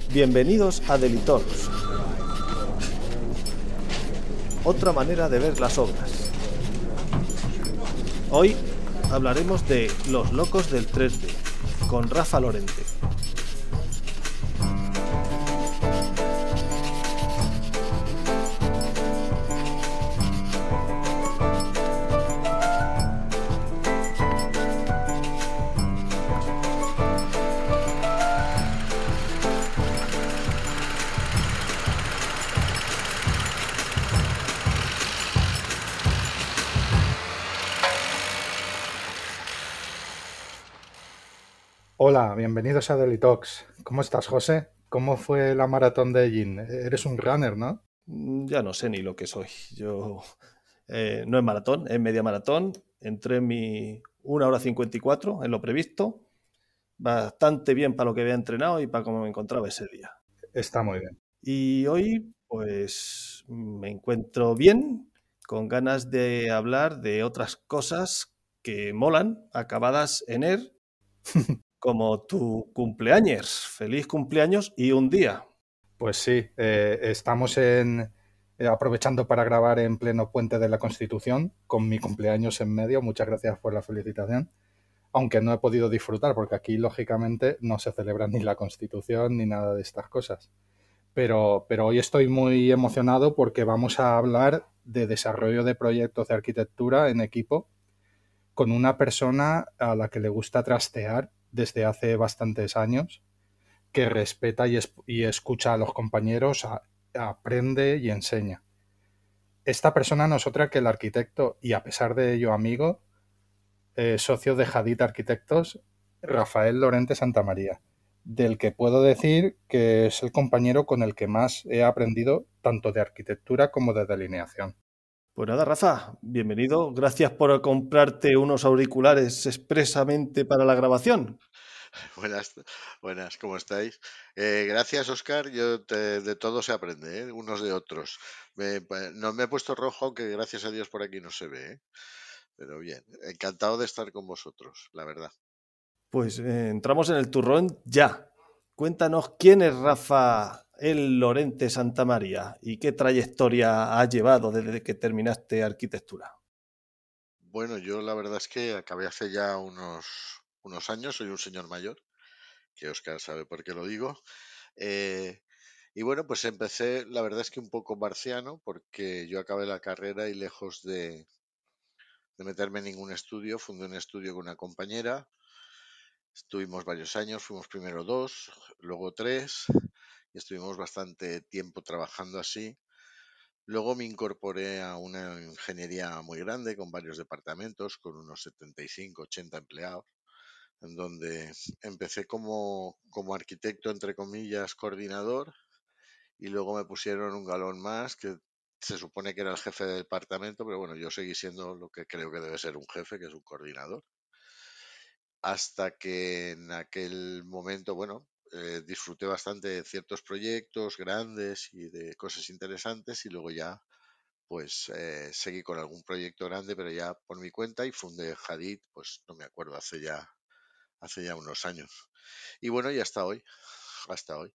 Bienvenidos a Delitalks, otra manera de ver las obras. Hoy hablaremos de Los locos del 3D, con Rafa Lorente. Hola, bienvenidos a Daily Talks. ¿Cómo estás, José? ¿Cómo fue la maratón de Egin? Eres un runner, ¿no? Ya no sé ni lo que soy. Yo no es maratón, es media maratón. Entré en mi 1 hora 54 en lo previsto. Bastante bien para lo que había entrenado y para cómo me encontraba ese día. Está muy bien. Y hoy, pues, me encuentro bien, con ganas de hablar de otras cosas que molan, acabadas en er, como tu cumpleaños. Feliz cumpleaños y un día. Pues sí, estamos aprovechando para grabar en pleno puente de la Constitución, con mi cumpleaños en medio. Muchas gracias por la felicitación. Aunque no he podido disfrutar, porque aquí, lógicamente, no se celebra ni la Constitución ni nada de estas cosas. Pero hoy estoy muy emocionado porque vamos a hablar de desarrollo de proyectos de arquitectura en equipo con una persona a la que le gusta trastear desde hace bastantes años, que respeta y escucha a los compañeros, aprende y enseña. Esta persona no es otra que el arquitecto y, a pesar de ello, amigo, socio de Hadid Arquitectos, Rafael Lorente Santamaría, del que puedo decir que es el compañero con el que más he aprendido tanto de arquitectura como de delineación. Pues nada, Rafa, bienvenido. Gracias por comprarte unos auriculares expresamente para la grabación. Buenas, buenas, ¿cómo estáis? Gracias, Oscar. De todo se aprende, ¿eh? Unos de otros. No me he puesto rojo, aunque gracias a Dios por aquí no se ve, ¿eh? Pero bien, encantado de estar con vosotros, la verdad. Pues entramos en el turrón ya. Cuéntanos quién es Rafael Lorente Santamaría y qué trayectoria ha llevado desde que terminaste arquitectura. Bueno, yo la verdad es que acabé hace ya unos años, soy un señor mayor, que Oscar sabe por qué lo digo. Eh, y bueno, pues empecé, la verdad es que un poco marciano, porque yo acabé la carrera y lejos de meterme en ningún estudio, fundé un estudio con una compañera. Estuvimos varios años, fuimos primero 2, luego 3 y estuvimos bastante tiempo trabajando así. Luego me incorporé a una ingeniería muy grande con varios departamentos, con unos 75, 80 empleados, en donde empecé como arquitecto, entre comillas, coordinador, y luego me pusieron un galón más que se supone que era el jefe de departamento, pero bueno, yo seguí siendo lo que creo que debe ser un jefe, que es un coordinador. Hasta que en aquel momento, bueno, disfruté bastante de ciertos proyectos grandes y de cosas interesantes, y luego ya pues seguí con algún proyecto grande, pero ya por mi cuenta, y fundé Hadid, pues no me acuerdo, hace ya unos años. Y bueno, y hasta hoy.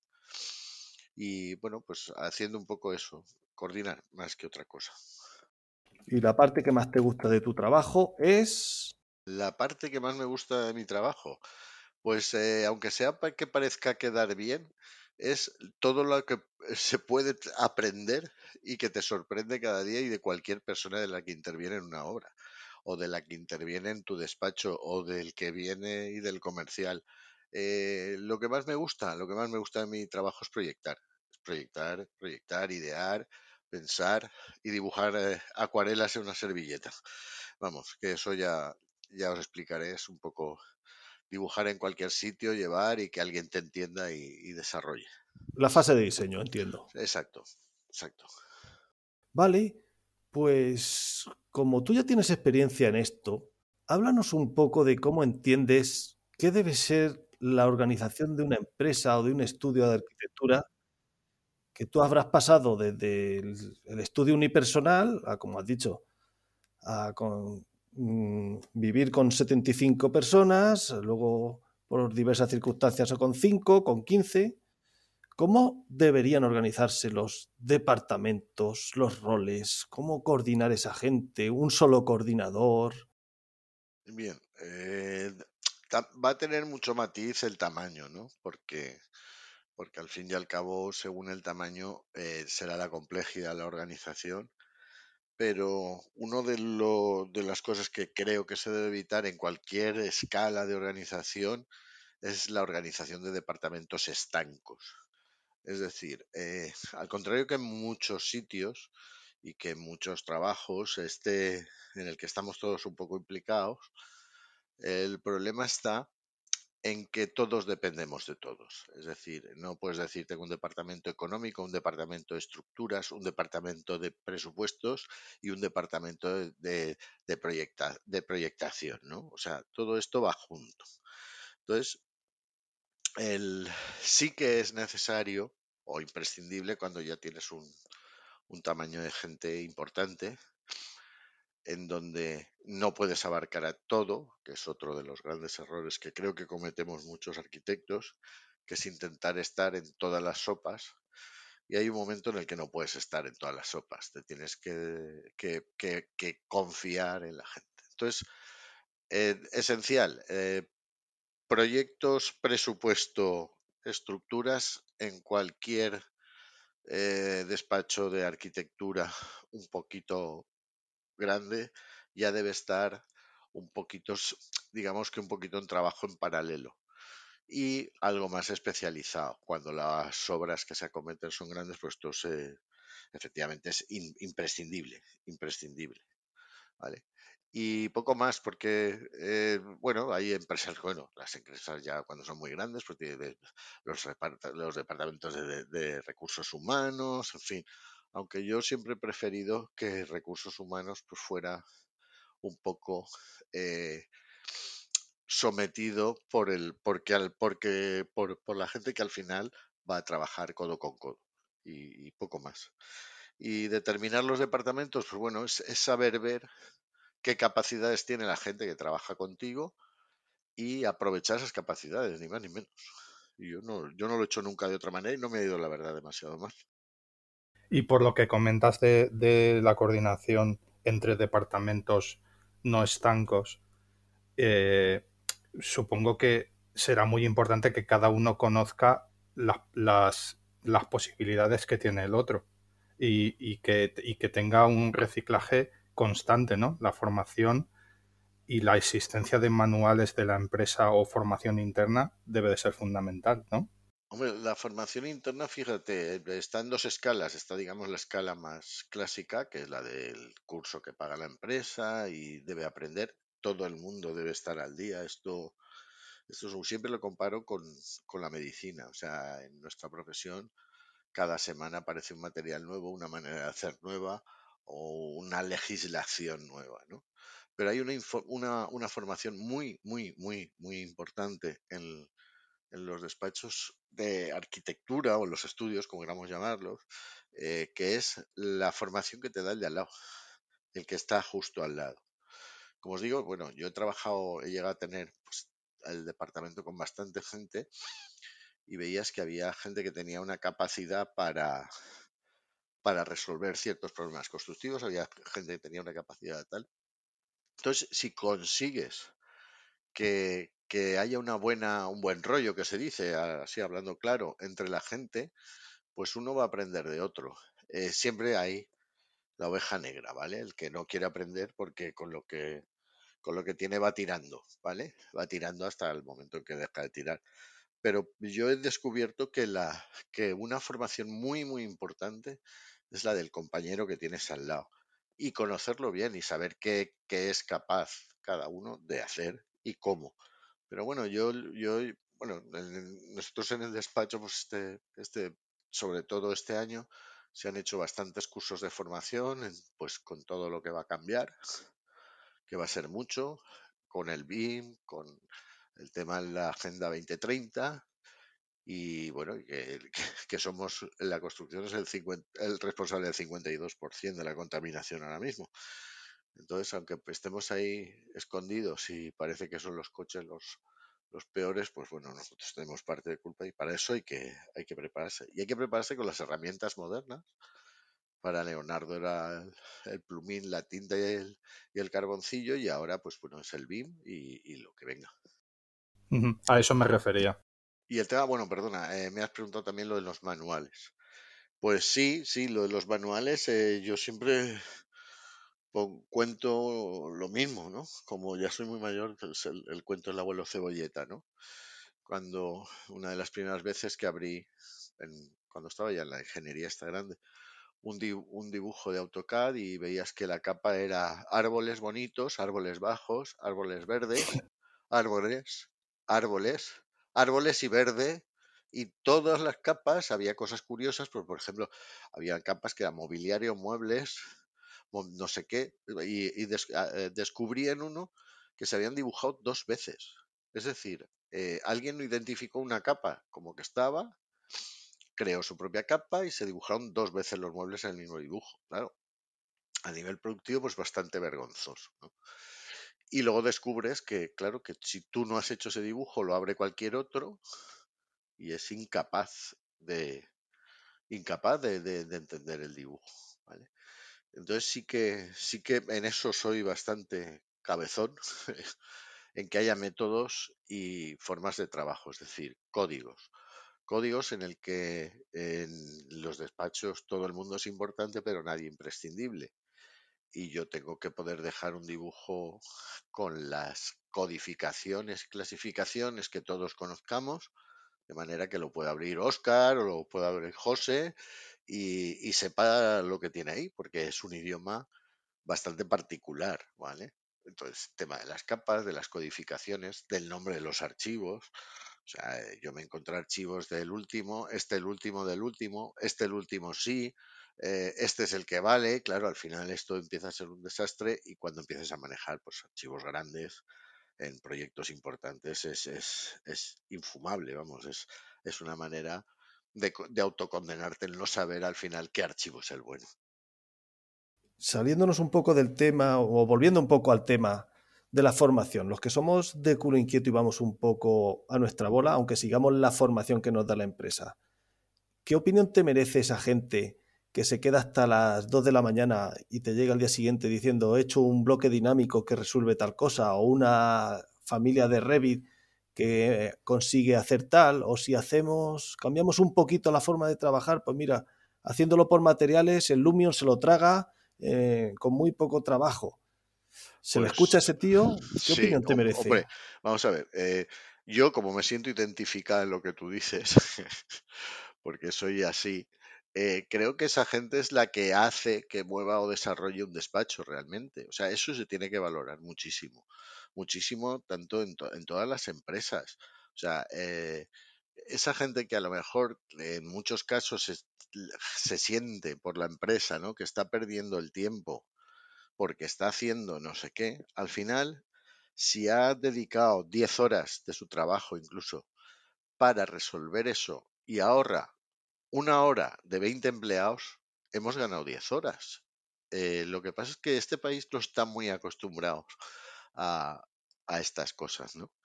Y bueno, pues haciendo un poco eso, coordinar más que otra cosa. Y la parte que más te gusta de tu trabajo es... La parte que más me gusta de mi trabajo, pues aunque sea para que parezca quedar bien, es todo lo que se puede aprender y que te sorprende cada día, y de cualquier persona de la que interviene en una obra, o de la que interviene en tu despacho, o del que viene y del comercial. Lo que más me gusta de mi trabajo es proyectar. Es proyectar, proyectar, idear, pensar y dibujar acuarelas en una servilleta. Vamos, que eso ya os explicaré, es un poco dibujar en cualquier sitio, llevar y que alguien te entienda y desarrolle. la fase de diseño, entiendo. Exacto, exacto. Vale, pues como tú ya tienes experiencia en esto, háblanos un poco de cómo entiendes qué debe ser la organización de una empresa o de un estudio de arquitectura, que tú habrás pasado desde el estudio unipersonal a, como has dicho, vivir con 75 personas, luego por diversas circunstancias o con 5, con 15. ¿Cómo deberían organizarse los departamentos, los roles? ¿Cómo coordinar esa gente? ¿Un solo coordinador? Bien, va a tener mucho matiz el tamaño, ¿no? Porque al fin y al cabo, según el tamaño, será la complejidad de la organización. Pero de las cosas que creo que se debe evitar en cualquier escala de organización es la organización de departamentos estancos. Es decir, al contrario que en muchos sitios y que en muchos trabajos en el que estamos todos un poco implicados, el problema está en que todos dependemos de todos. Es decir, no puedes decir tengo un departamento económico, un departamento de estructuras, un departamento de presupuestos y un departamento de proyectación, ¿no? O sea, todo esto va junto. Entonces, sí que es necesario o imprescindible cuando ya tienes un tamaño de gente importante en donde no puedes abarcar a todo, que es otro de los grandes errores que creo que cometemos muchos arquitectos, que es intentar estar en todas las sopas. Y hay un momento en el que no puedes estar en todas las sopas, te tienes que confiar en la gente. Entonces, esencial, proyectos, presupuesto, estructuras en cualquier despacho de arquitectura un poquito grande ya debe estar un poquito, digamos que un poquito en trabajo en paralelo y algo más especializado. Cuando las obras que se acometen son grandes, pues esto efectivamente es imprescindible, imprescindible, ¿vale? Y poco más, porque, bueno, hay empresas, bueno, las empresas ya cuando son muy grandes, pues tienen los departamentos de recursos humanos, en fin. Aunque yo siempre he preferido que recursos humanos pues fuera un poco eh, sometido por la gente que al final va a trabajar codo con codo y poco más. Y determinar los departamentos, pues bueno, es saber ver qué capacidades tiene la gente que trabaja contigo y aprovechar esas capacidades, ni más ni menos. Y yo no lo he hecho nunca de otra manera y no me ha ido, la verdad, demasiado mal. Y por lo que comentas de la coordinación entre departamentos no estancos, eh, supongo que será muy importante que cada uno conozca las posibilidades que tiene el otro y que tenga un reciclaje constante, ¿no? La formación y la existencia de manuales de la empresa o formación interna debe de ser fundamental, ¿no? Hombre, la formación interna, fíjate, está en dos escalas. Está, digamos, la escala más clásica, que es la del curso que paga la empresa y debe aprender. Todo el mundo debe estar al día. Siempre lo comparo con la medicina. O sea, en nuestra profesión, cada semana aparece un material nuevo, una manera de hacer nueva o una legislación nueva, ¿no? Pero hay una formación muy, muy, muy, muy importante en los despachos de arquitectura o los estudios, como queramos llamarlos, que es la formación que te da el de al lado, el que está justo al lado. Como os digo, bueno, yo he llegado a tener pues, el departamento con bastante gente y veías que había gente que tenía una capacidad para resolver ciertos problemas constructivos, había gente que tenía una capacidad tal. Entonces, si consigues que haya un buen rollo que se dice, así hablando claro, entre la gente, pues uno va a aprender de otro. Siempre hay la oveja negra, ¿vale? El que no quiere aprender porque con lo que tiene va tirando, ¿vale? Va tirando hasta el momento en que deja de tirar. Pero yo he descubierto que una formación muy, muy importante es la del compañero que tienes al lado. Y conocerlo bien y saber qué es capaz cada uno de hacer y cómo. Pero bueno, bueno, nosotros en el despacho, pues sobre todo este año, se han hecho bastantes cursos de formación, pues con todo lo que va a cambiar, que va a ser mucho, con el BIM, con el tema de la Agenda 2030 y bueno, que somos, la construcción es el responsable del 52% de la contaminación ahora mismo. Entonces, aunque estemos ahí escondidos y parece que son los coches los peores, pues bueno, nosotros tenemos parte de culpa y para eso hay que prepararse. Y hay que prepararse con las herramientas modernas. Para Leonardo era el plumín, la tinta y el carboncillo, y ahora pues bueno, es el BIM y lo que venga. A eso me refería. Y el tema, bueno, perdona, me has preguntado también lo de los manuales. Pues sí, sí, lo de los manuales, yo siempre cuento lo mismo, ¿no? Como ya soy muy mayor, pues el cuento del abuelo Cebolleta, ¿no? Cuando una de las primeras veces que abrí, cuando estaba ya en la ingeniería esta grande, un dibujo de AutoCAD y veías que la capa era árboles bonitos, árboles bajos, árboles verdes, árboles, árboles, árboles y verde. Y todas las capas había cosas curiosas, pues, por ejemplo, había capas que eran mobiliario, muebles, no sé qué, y descubrí en uno que se habían dibujado dos veces. Es decir, alguien identificó una capa como que estaba, creó su propia capa y se dibujaron dos veces los muebles en el mismo dibujo. Claro, a nivel productivo, pues bastante vergonzoso, ¿no? Y luego descubres que, claro, que si tú no has hecho ese dibujo, lo abre cualquier otro y es incapaz de entender el dibujo, ¿vale? Entonces sí que en eso soy bastante cabezón, en que haya métodos y formas de trabajo, es decir, códigos. Códigos en el que en los despachos todo el mundo es importante, pero nadie imprescindible. Y yo tengo que poder dejar un dibujo con las codificaciones y clasificaciones que todos conozcamos, de manera que lo pueda abrir Oscar o lo pueda abrir José y sepa lo que tiene ahí, porque es un idioma bastante particular, ¿vale? Entonces, tema de las capas, de las codificaciones, del nombre de los archivos. O sea, yo me encontré archivos del último, el último del último, el último sí, este es el que vale. Claro, al final esto empieza a ser un desastre y cuando empiezas a manejar pues, archivos grandes en proyectos importantes es infumable, vamos, es una manera de autocondenarte en no saber al final qué archivo es el bueno. Saliéndonos un poco del tema o volviendo un poco al tema de la formación, los que somos de culo inquieto y vamos un poco a nuestra bola, aunque sigamos la formación que nos da la empresa, ¿qué opinión te merece esa gente que se queda hasta las 2 de la mañana y te llega al día siguiente diciendo he hecho un bloque dinámico que resuelve tal cosa o una familia de Revit que consigue hacer tal, o si cambiamos un poquito la forma de trabajar, pues mira, haciéndolo por materiales, el Lumion se lo traga con muy poco trabajo. ¿Se le escucha a Pues ese tío? ¿Qué sí, opinión te merece? hombre, vamos a ver. Yo como me siento identificada en lo que tú dices, porque soy así, creo que esa gente es la que hace que mueva o desarrolle un despacho realmente. O sea, eso se tiene que valorar muchísimo, muchísimo, tanto en todas las empresas. O sea, esa gente que a lo mejor en muchos casos se siente por la empresa, ¿no? Que está perdiendo el tiempo porque está haciendo no sé qué, al final, si ha dedicado 10 horas de su trabajo incluso para resolver eso y ahorra una hora de 20 empleados, hemos ganado 10 horas. Lo que pasa es que este país no está muy acostumbrado a, a estas cosas, ¿no?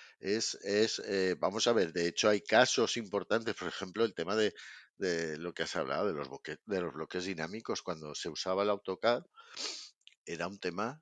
Vamos a ver, de hecho hay casos importantes, por ejemplo, el tema de lo que has hablado, de los bloques dinámicos, cuando se usaba el AutoCAD, era un tema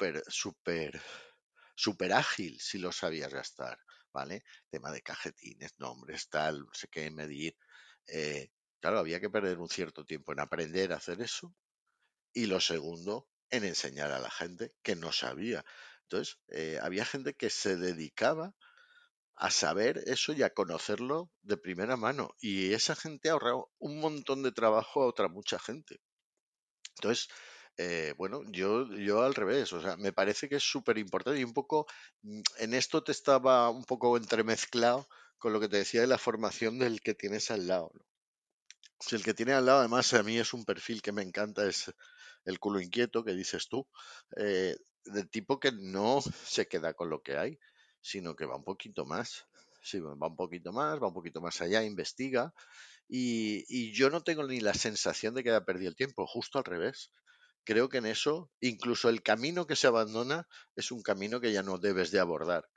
súper ágil si lo sabías gastar, ¿vale? Tema de cajetines, nombres, tal, no sé qué, medir. Claro, había que perder un cierto tiempo en aprender a hacer eso y lo segundo, en enseñar a la gente que no sabía. Entonces, había gente que se dedicaba a saber eso y a conocerlo de primera mano. Y esa gente ha ahorrado un montón de trabajo a otra mucha gente. Entonces, bueno, yo al revés, o sea, me parece que es súper importante y un poco, en esto te estaba un poco entremezclado con lo que te decía de la formación del que tienes al lado, ¿no? Si el que tiene al lado, además, a mí es un perfil que me encanta, es el culo inquieto que dices tú, del tipo que no se queda con lo que hay, sino que va un poquito más. Sí, va un poquito más, va un poquito más allá, investiga. Y yo no tengo ni la sensación de que haya perdido el tiempo, justo al revés. Creo que en eso, incluso el camino que se abandona es un camino que ya no debes de abordar,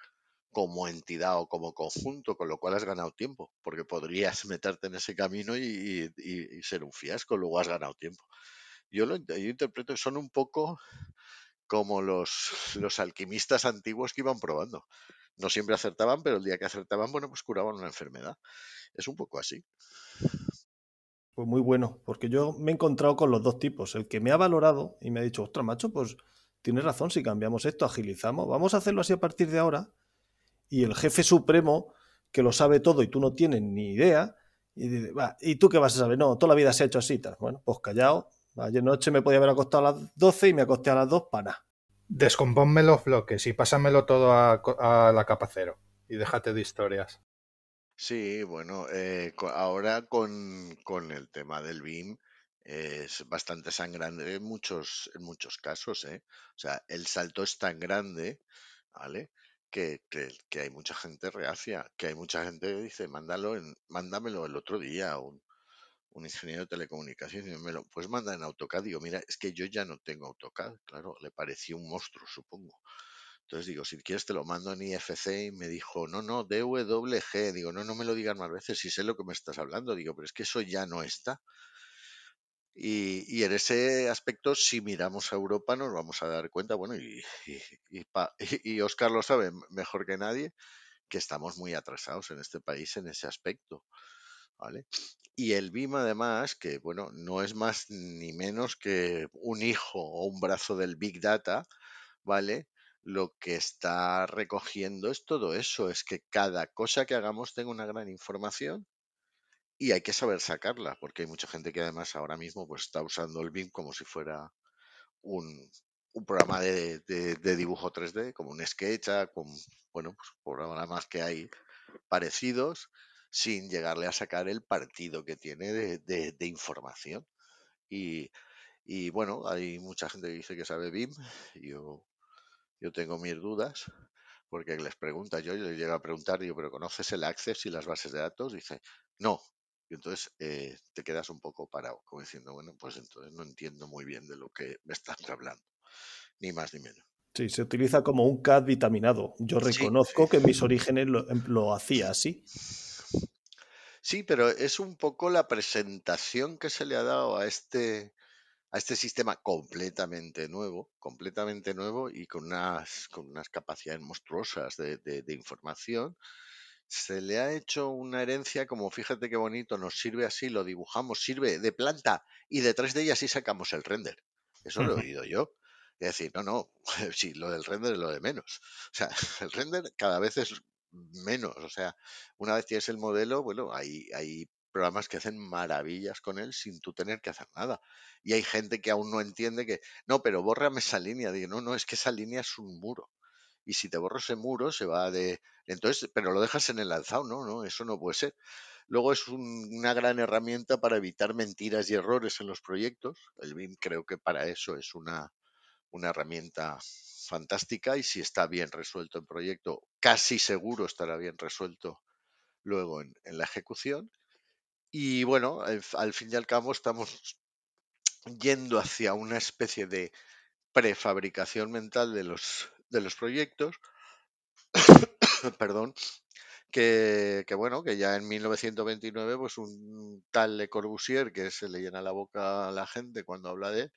como entidad o como conjunto, con lo cual has ganado tiempo, porque podrías meterte en ese camino y ser un fiasco, luego has ganado tiempo. Yo interpreto que son un poco como los alquimistas antiguos que iban probando. No siempre acertaban, pero el día que acertaban, bueno, pues curaban una enfermedad. Es un poco así. Pues muy bueno, porque yo me he encontrado con los dos tipos. El que me ha valorado y me ha dicho, ostras, macho, pues tienes razón, si cambiamos esto, agilizamos, vamos a hacerlo así a partir de ahora. Y el jefe supremo, que lo sabe todo y tú no tienes ni idea, y dice, va, ¿y tú qué vas a saber? No, toda la vida se ha hecho así. Tal. Bueno, pues callado. Ayer noche me podía haber acostado a las 12 y me acosté a las 2 para nada. Descompónme los bloques y pásamelo todo a la capa cero. Y déjate de historias. Sí, bueno, ahora con el tema del BIM es bastante sangrante en muchos casos, ¿eh? O sea, el salto es tan grande, ¿vale? Que hay mucha gente reacia, que hay mucha gente que dice, mándamelo el otro día, un ingeniero de telecomunicaciones, me lo puedes mandar en AutoCAD. Digo, mira, es que yo ya no tengo AutoCAD, claro, le pareció un monstruo, supongo. Entonces digo, si quieres te lo mando en IFC y me dijo, no, no, DWG. Digo, no, no me lo digas más veces si sé lo que me estás hablando. Digo, pero es que eso ya no está. Y en ese aspecto, si miramos a Europa, nos vamos a dar cuenta, bueno, y Oscar lo sabe mejor que nadie, que estamos muy atrasados en este país en ese aspecto, ¿vale? Y el BIM, además, que bueno, no es más ni menos que un hijo o un brazo del Big Data, ¿vale? Lo que está recogiendo es todo eso, es que cada cosa que hagamos tenga una gran información y hay que saber sacarla, porque hay mucha gente que además ahora mismo pues está usando el BIM como si fuera un, un programa de dibujo 3D, como un SketchUp, con, bueno, pues programas que hay parecidos, sin llegarle a sacar el partido que tiene de información. Y, y bueno, hay mucha gente que dice que sabe BIM, yo tengo mis dudas, porque les pregunta, yo le llego a preguntar, digo, ¿pero conoces el Access y las bases de datos? Dice, no. Y entonces te quedas un poco parado, como diciendo, bueno, pues entonces no entiendo muy bien de lo que me estás hablando, ni más ni menos. Sí, se utiliza como un CAD vitaminado. Yo Sí, reconozco que en mis orígenes lo hacía así. sí, pero es un poco la presentación que se le ha dado a este sistema completamente nuevo y con unas capacidades monstruosas de información. Se le ha hecho una herencia como, fíjate qué bonito, nos sirve así, lo dibujamos, sirve de planta y detrás de ella sí sacamos el render. Eso lo he oído yo. Es decir, no, no, sí, lo del render es lo de menos. O sea, el render cada vez es menos. O sea, una vez tienes el modelo, bueno, hay programas que hacen maravillas con él sin tú tener que hacer nada. Y hay gente que aún no entiende que, no, pero bórrame esa línea. Digo, no, no, es que esa línea es un muro. Y si te borro ese muro, se va de, entonces, pero lo dejas en el lanzado, no, no, eso no puede ser. Luego es una gran herramienta para evitar mentiras y errores en los proyectos. El BIM creo que para eso es una herramienta fantástica y si está bien resuelto en proyecto, casi seguro estará bien resuelto luego en la ejecución. Y bueno, al fin y al cabo estamos yendo hacia una especie de prefabricación mental de los proyectos, perdón, que bueno, que ya en 1929, pues un tal Le Corbusier, que se le llena la boca a la gente cuando habla de él,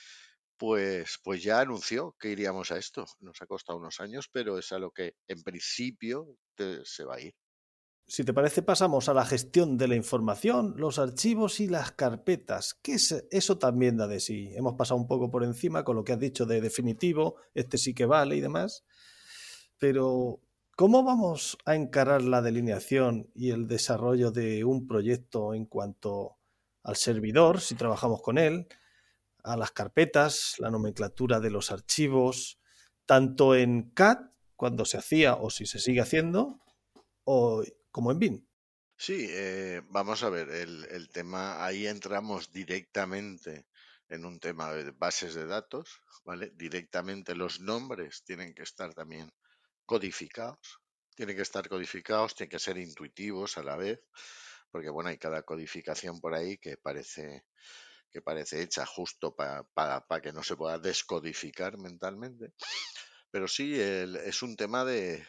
pues ya anunció que iríamos a esto. Nos ha costado unos años, pero es a lo que en principio se va a ir. Si te parece, pasamos a la gestión de la información, los archivos y las carpetas. ¿Qué es eso? También da de sí. Hemos pasado un poco por encima con lo que has dicho de definitivo, este sí que vale y demás. Pero, ¿cómo vamos a encarar la delineación y el desarrollo de un proyecto en cuanto al servidor, si trabajamos con él, a las carpetas, la nomenclatura de los archivos, tanto en CAD, cuando se hacía o si se sigue haciendo, o como en BIM? Sí, vamos a ver, el tema, ahí entramos directamente en un tema de bases de datos, ¿vale? Directamente los nombres tienen que estar también codificados, tienen que estar codificados, tienen que ser intuitivos a la vez, porque bueno, hay cada codificación por ahí que parece hecha justo para que no se pueda descodificar mentalmente. Pero sí, es un tema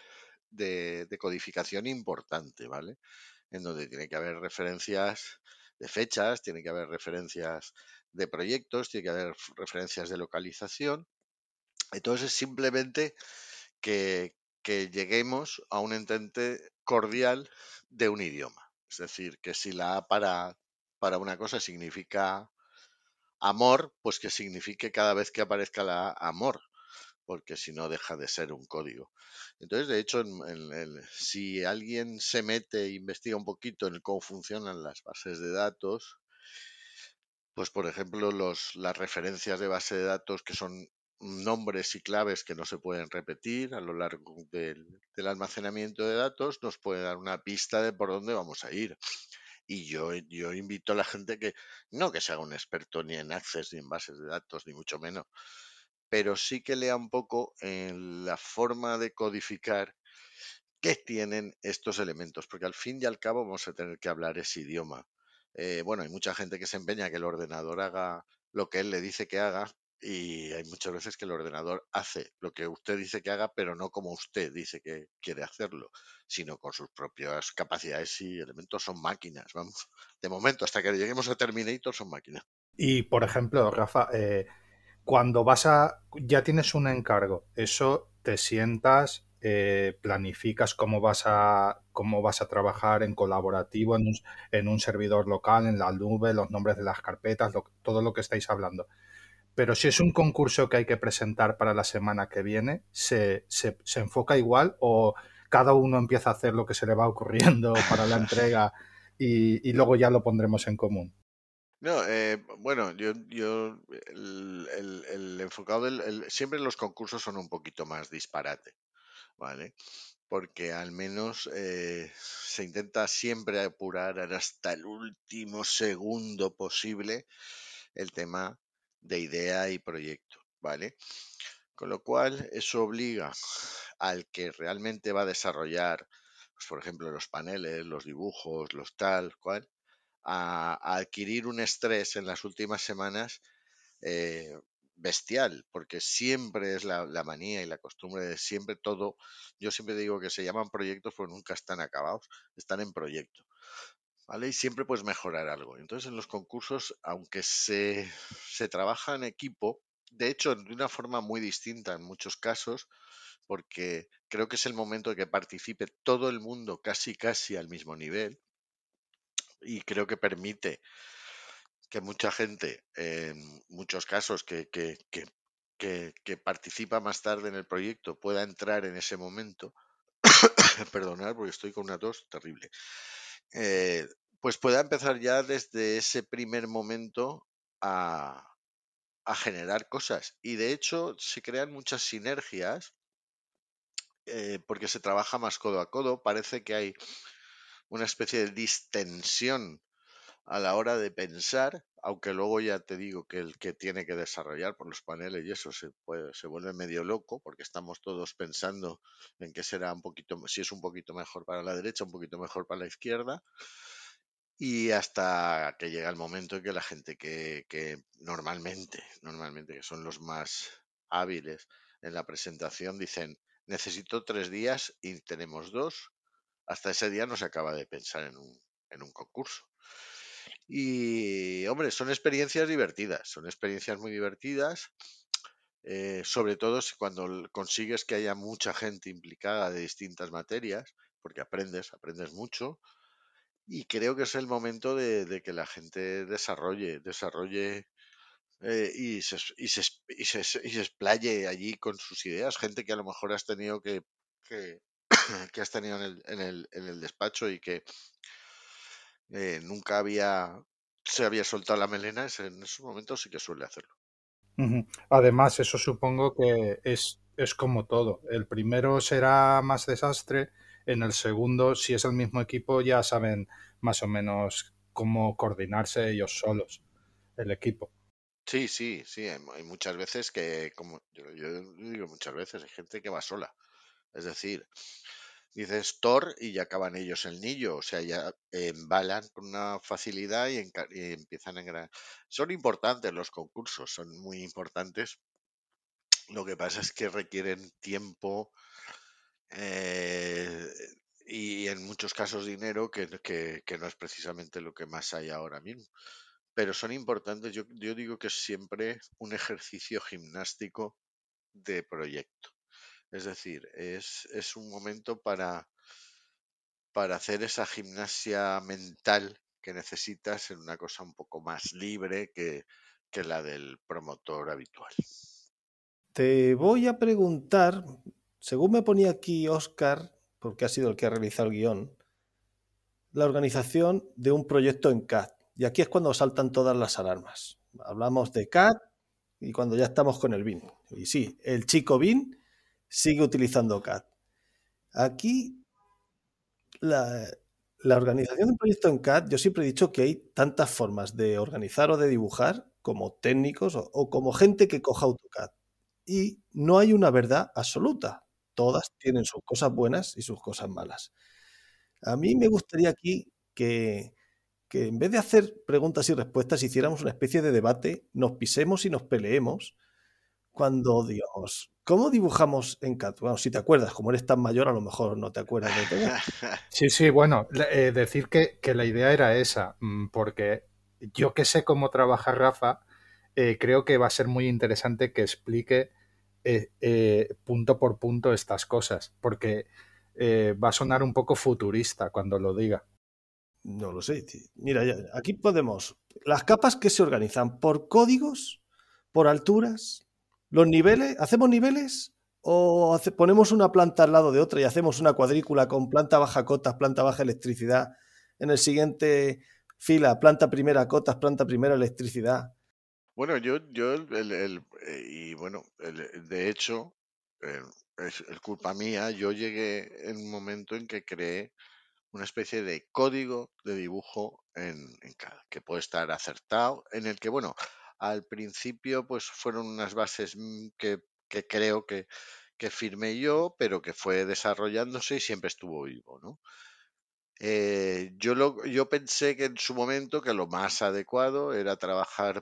de codificación importante, ¿vale? En donde tiene que haber referencias de fechas, tiene que haber referencias de proyectos, tiene que haber referencias de localización. Entonces es simplemente que lleguemos a un entente cordial de un idioma. Es decir, que si la A para una cosa significa amor, pues que signifique cada vez que aparezca la A amor, porque si no deja de ser un código. Entonces, de hecho, si alguien se mete e investiga un poquito en cómo funcionan las bases de datos, pues por ejemplo, las referencias de base de datos que son nombres y claves que no se pueden repetir a lo largo del almacenamiento de datos, nos puede dar una pista de por dónde vamos a ir. Y yo invito a la gente que no que se haga un experto ni en Access ni en bases de datos, ni mucho menos, pero sí que lea un poco en la forma de codificar qué tienen estos elementos, porque al fin y al cabo vamos a tener que hablar ese idioma. Bueno, hay mucha gente que se empeña que el ordenador haga lo que él le dice que haga y hay muchas veces que el ordenador hace lo que usted dice que haga, pero no como usted dice que quiere hacerlo, sino con sus propias capacidades y elementos. Son máquinas, vamos. De momento, hasta que lleguemos a Terminator, son máquinas. Y, por ejemplo, Rafa, cuando ya tienes un encargo, eso te sientas, planificas cómo vas a trabajar en colaborativo, en un servidor local, en la nube, los nombres de las carpetas, todo lo que estáis hablando. Pero si es un concurso que hay que presentar para la semana que viene, ¿se enfoca igual o cada uno empieza a hacer lo que se le va ocurriendo para la entrega y luego ya lo pondremos en común? No, bueno, el enfocado siempre los concursos son un poquito más disparate, ¿vale? Porque al menos se intenta siempre apurar hasta el último segundo posible el tema de idea y proyecto, ¿vale? Con lo cual, eso obliga al que realmente va a desarrollar, pues, por ejemplo, los paneles, los dibujos, los tal, cual, a adquirir un estrés en las últimas semanas eh, bestial, porque siempre es la manía y la costumbre de siempre todo. Yo siempre digo que se llaman proyectos, pero nunca están acabados, están en proyecto, ¿vale? Y siempre puedes mejorar algo. Entonces, en los concursos, aunque se trabaja en equipo, de hecho, de una forma muy distinta en muchos casos, porque creo que es el momento de que participe todo el mundo casi casi al mismo nivel y creo que permite que mucha gente, en muchos casos que participa más tarde en el proyecto, pueda entrar en ese momento, perdonar porque estoy con una tos terrible, eh, pues pueda empezar ya desde ese primer momento a, a generar cosas. Y de hecho se crean muchas sinergias porque se trabaja más codo a codo. Parece que hay una especie de distensión a la hora de pensar, aunque luego ya te digo que el que tiene que desarrollar por los paneles y eso se vuelve medio loco porque estamos todos pensando en que será un poquito, si es un poquito mejor para la derecha, un poquito mejor para la izquierda, y hasta que llega el momento en que la gente que normalmente, que son los más hábiles en la presentación, dicen, necesito 3 días y tenemos dos, hasta ese día no se acaba de pensar en un concurso. Y, hombre, son experiencias divertidas, son experiencias muy divertidas, sobre todo cuando consigues que haya mucha gente implicada de distintas materias, porque aprendes mucho, y creo que es el momento de que la gente desarrolle y se explaye allí con sus ideas, gente que a lo mejor has tenido que, que has tenido en el despacho y que nunca se había soltado la melena, en esos momentos sí que suele hacerlo. Ujú. Además, eso supongo que es como todo. El primero será más desastre, en el segundo, si es el mismo equipo, ya saben más o menos cómo coordinarse ellos solos, el equipo. Sí, sí, sí, hay muchas veces que, como yo digo muchas veces, hay gente que va sola. Es decir, dices Thor y ya acaban ellos el nillo, o sea, ya embalan con una facilidad y empiezan a engranar. Son importantes los concursos, son muy importantes. Lo que pasa es que requieren tiempo eh, y en muchos casos dinero que no es precisamente lo que más hay ahora mismo. Pero son importantes, yo digo que es siempre un ejercicio gimnástico de proyecto. Es decir, es un momento para hacer esa gimnasia mental que necesitas en una cosa un poco más libre que la del promotor habitual. Te voy a preguntar, según me ponía aquí Oscar, porque ha sido el que ha realizado el guión, la organización de un proyecto en CAD. Y aquí es cuando saltan todas las alarmas. Hablamos de CAD y cuando ya estamos con el BIM. Y sí, el chico BIM sigue utilizando CAD. Aquí la, la organización de un proyecto en CAD, yo siempre he dicho que hay tantas formas de organizar o de dibujar como técnicos o como gente que coja AutoCAD. Y no hay una verdad absoluta. Todas tienen sus cosas buenas y sus cosas malas. A mí me gustaría aquí que en vez de hacer preguntas y respuestas hiciéramos una especie de debate, nos pisemos y nos peleemos cuando digamos, ¿cómo dibujamos en CAD? Bueno, si te acuerdas, como eres tan mayor, a lo mejor no te acuerdas de todo. Sí, sí, bueno, decir que la idea era esa, porque yo que sé cómo trabaja Rafa, creo que va a ser muy interesante que explique punto por punto estas cosas, porque va a sonar un poco futurista cuando lo diga. No lo sé. Mira, aquí podemos. Las capas que se organizan por códigos, por alturas, los niveles. ¿Hacemos niveles? ¿O ponemos una planta al lado de otra y hacemos una cuadrícula con planta baja cotas, planta baja electricidad? En el siguiente fila, planta primera cotas, planta primera electricidad. Bueno, y bueno, de hecho, eh, es culpa mía, yo llegué en un momento en que creé una especie de código de dibujo en CAD, que puede estar acertado, en el que, bueno, al principio pues fueron unas bases que creo que firmé yo, pero que fue desarrollándose y siempre estuvo vivo, ¿no? Yo pensé que en su momento que lo más adecuado era trabajar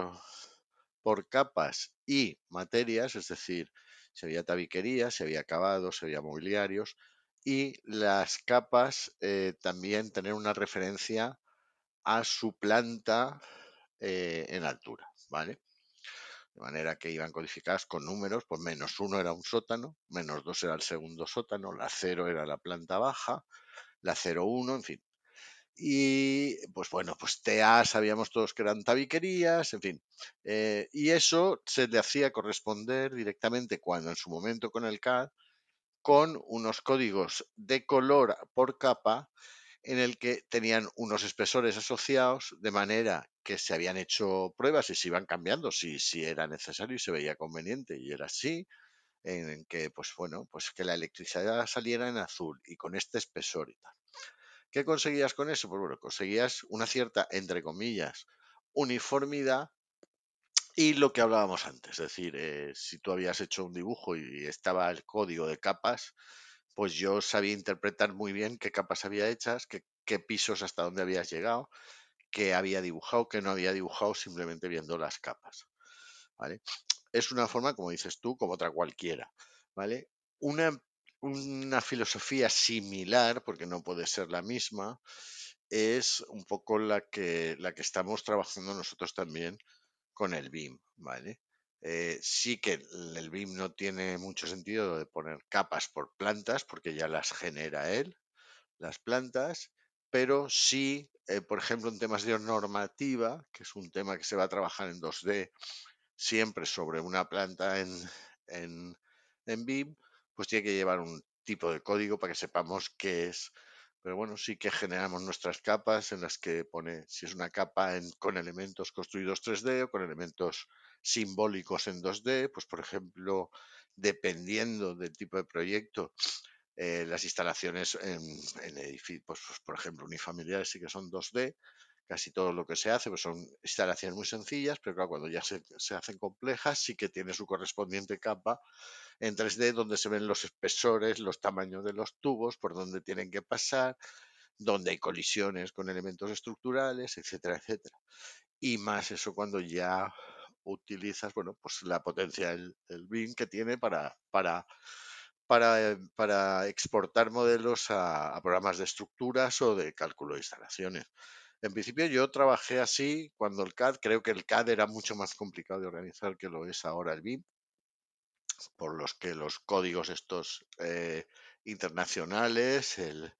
por capas y materias, es decir, si había tabiquería, si había acabados, si había mobiliarios, y las capas también tener una referencia a su planta en altura, ¿vale? De manera que iban codificadas con números, pues -1 era un sótano, -2 era el segundo sótano, la 0 era la planta baja, la 0,1, en fin. Y pues bueno, pues TA sabíamos todos que eran tabiquerías, en fin. Y eso se le hacía corresponder directamente cuando en su momento con el CAD, con unos códigos de color por capa en el que tenían unos espesores asociados de manera que se habían hecho pruebas y se iban cambiando si era necesario y se veía conveniente y era así, en que pues bueno, pues que la electricidad saliera en azul y con este espesor y tal. ¿Qué conseguías con eso? Pues bueno, conseguías una cierta, entre comillas, uniformidad y lo que hablábamos antes, es decir, si tú habías hecho un dibujo y estaba el código de capas, pues yo sabía interpretar muy bien qué capas había hechas, qué pisos hasta dónde habías llegado, qué había dibujado, qué no había dibujado, simplemente viendo las capas, ¿vale? Es una forma, como dices tú, como otra cualquiera, ¿vale? Una, una filosofía similar, porque no puede ser la misma, es un poco la que estamos trabajando nosotros también con el BIM, ¿vale? Sí que el BIM no tiene mucho sentido de poner capas por plantas, porque ya las genera él, las plantas, pero sí, por ejemplo, en temas de normativa, que es un tema que se va a trabajar en 2D, siempre sobre una planta en, en BIM, pues tiene que llevar un tipo de código para que sepamos qué es. Pero bueno, sí que generamos nuestras capas en las que pone si es una capa con elementos construidos 3D o con elementos simbólicos en 2D, pues por ejemplo, dependiendo del tipo de proyecto, las instalaciones en edificios, pues, por ejemplo, unifamiliares sí que son 2D, casi todo lo que se hace pues son instalaciones muy sencillas, pero claro, cuando ya se hacen complejas sí que tiene su correspondiente capa en 3D donde se ven los espesores, los tamaños de los tubos, por donde tienen que pasar, donde hay colisiones con elementos estructurales, etcétera, etcétera. Y más eso cuando ya utilizas, bueno, pues la potencia del BIM que tiene para para exportar modelos a programas de estructuras o de cálculo de instalaciones. En principio yo trabajé así cuando el CAD, creo que el CAD era mucho más complicado de organizar que lo es ahora el BIM, por los que los códigos estos internacionales,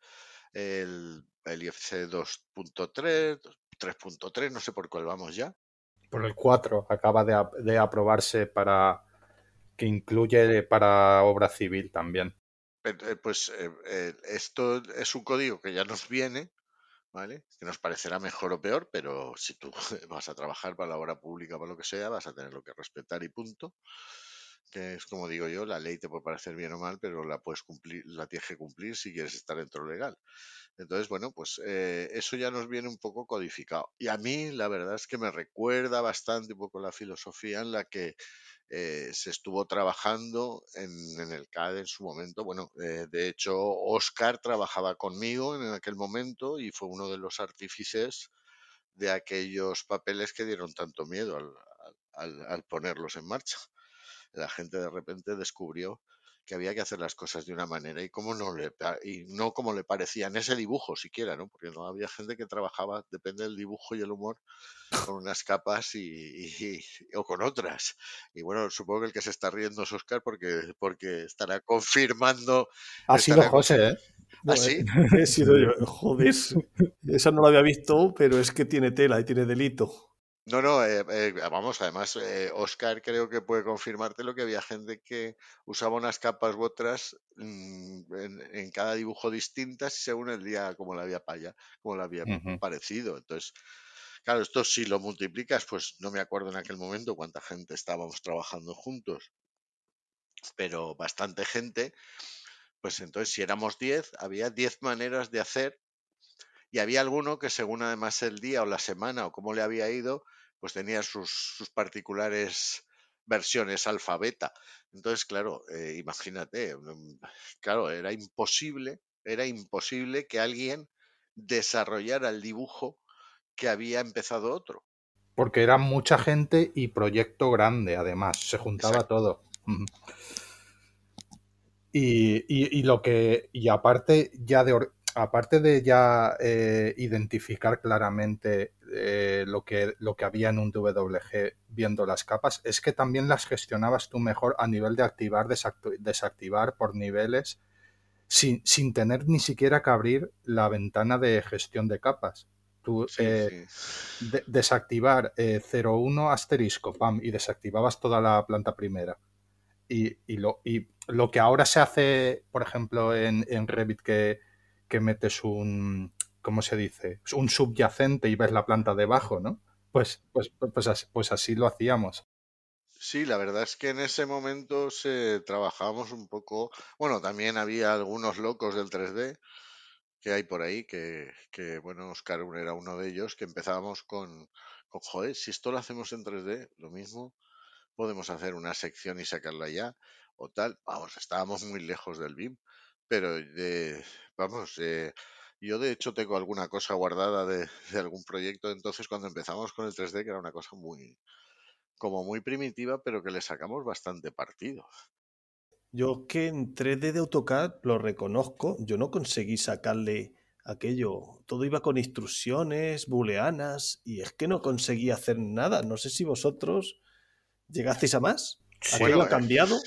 el IFC 2.3, 3.3, no sé por cuál vamos ya. Por el 4 acaba de aprobarse para que incluye para obra civil también. Pues esto es un código que ya nos viene, ¿vale? Que nos parecerá mejor o peor, pero si tú vas a trabajar para la obra pública, para lo que sea, vas a tenerlo que respetar y punto. Que es como digo yo, la ley te puede parecer bien o mal, pero la puedes cumplir, la tienes que cumplir si quieres estar dentro de lo legal. Entonces, bueno, pues eso ya nos viene un poco codificado. Y a mí la verdad es que me recuerda bastante un poco la filosofía en la que se estuvo trabajando en el CAD en su momento. Bueno, de hecho, Oscar trabajaba conmigo en aquel momento y fue uno de los artífices de aquellos papeles que dieron tanto miedo al ponerlos en marcha. La gente de repente descubrió que había que hacer las cosas de una manera y no como le parecía en ese dibujo siquiera, ¿no? Porque no había gente que trabajaba, depende del dibujo y el humor, con unas capas o con otras. Y bueno, supongo que el que se está riendo es Oscar porque estará confirmando. Ha sido José, ¿eh? ¿Ah, sí? He sido yo. Joder, esa no la había visto, pero es que tiene tela y tiene delito. No, no, vamos, además, Oscar creo que puede confirmarte lo que había gente que usaba unas capas u otras en cada dibujo distintas según el día como le había como le había parecido. Entonces, claro, esto si lo multiplicas, pues no me acuerdo en aquel momento cuánta gente estábamos trabajando juntos, pero bastante gente, pues entonces si éramos 10, había 10 maneras de hacer y había alguno que según además el día o la semana o cómo le había ido, pues tenía sus particulares versiones alfa, beta. Entonces, claro, imagínate, claro, era imposible que alguien desarrollara el dibujo que había empezado otro. Porque era mucha gente y proyecto grande, además, se juntaba Exacto. todo. Y lo que, y aparte ya aparte de ya identificar claramente lo que había en un DWG viendo las capas, es que también las gestionabas tú mejor a nivel de activar, desactivar por niveles, sin tener ni siquiera que abrir la ventana de gestión de capas. Tú Sí, sí. desactivar 01 asterisco, pam, y desactivabas toda la planta primera. Y lo que ahora se hace, por ejemplo, en Revit, que metes ¿cómo se dice? Un subyacente y ves la planta debajo, ¿no? Pues así lo hacíamos. Sí, la verdad es que en ese momento trabajábamos un poco, bueno, también había algunos locos del 3D que hay por ahí, bueno, Oscar era uno de ellos, que empezábamos joder, si esto lo hacemos en 3D, lo mismo, podemos hacer una sección y sacarla ya, o tal, vamos, estábamos muy lejos del BIM, pero vamos, yo de hecho tengo alguna cosa guardada de algún proyecto de entonces cuando empezamos con el 3D, que era una cosa como muy primitiva, pero que le sacamos bastante partido. Yo que en 3D de AutoCAD lo reconozco, yo no conseguí sacarle aquello. Todo iba con instrucciones booleanas y es que no conseguí hacer nada. No sé si vosotros llegasteis a más. ¿Aquello Bueno, ha cambiado?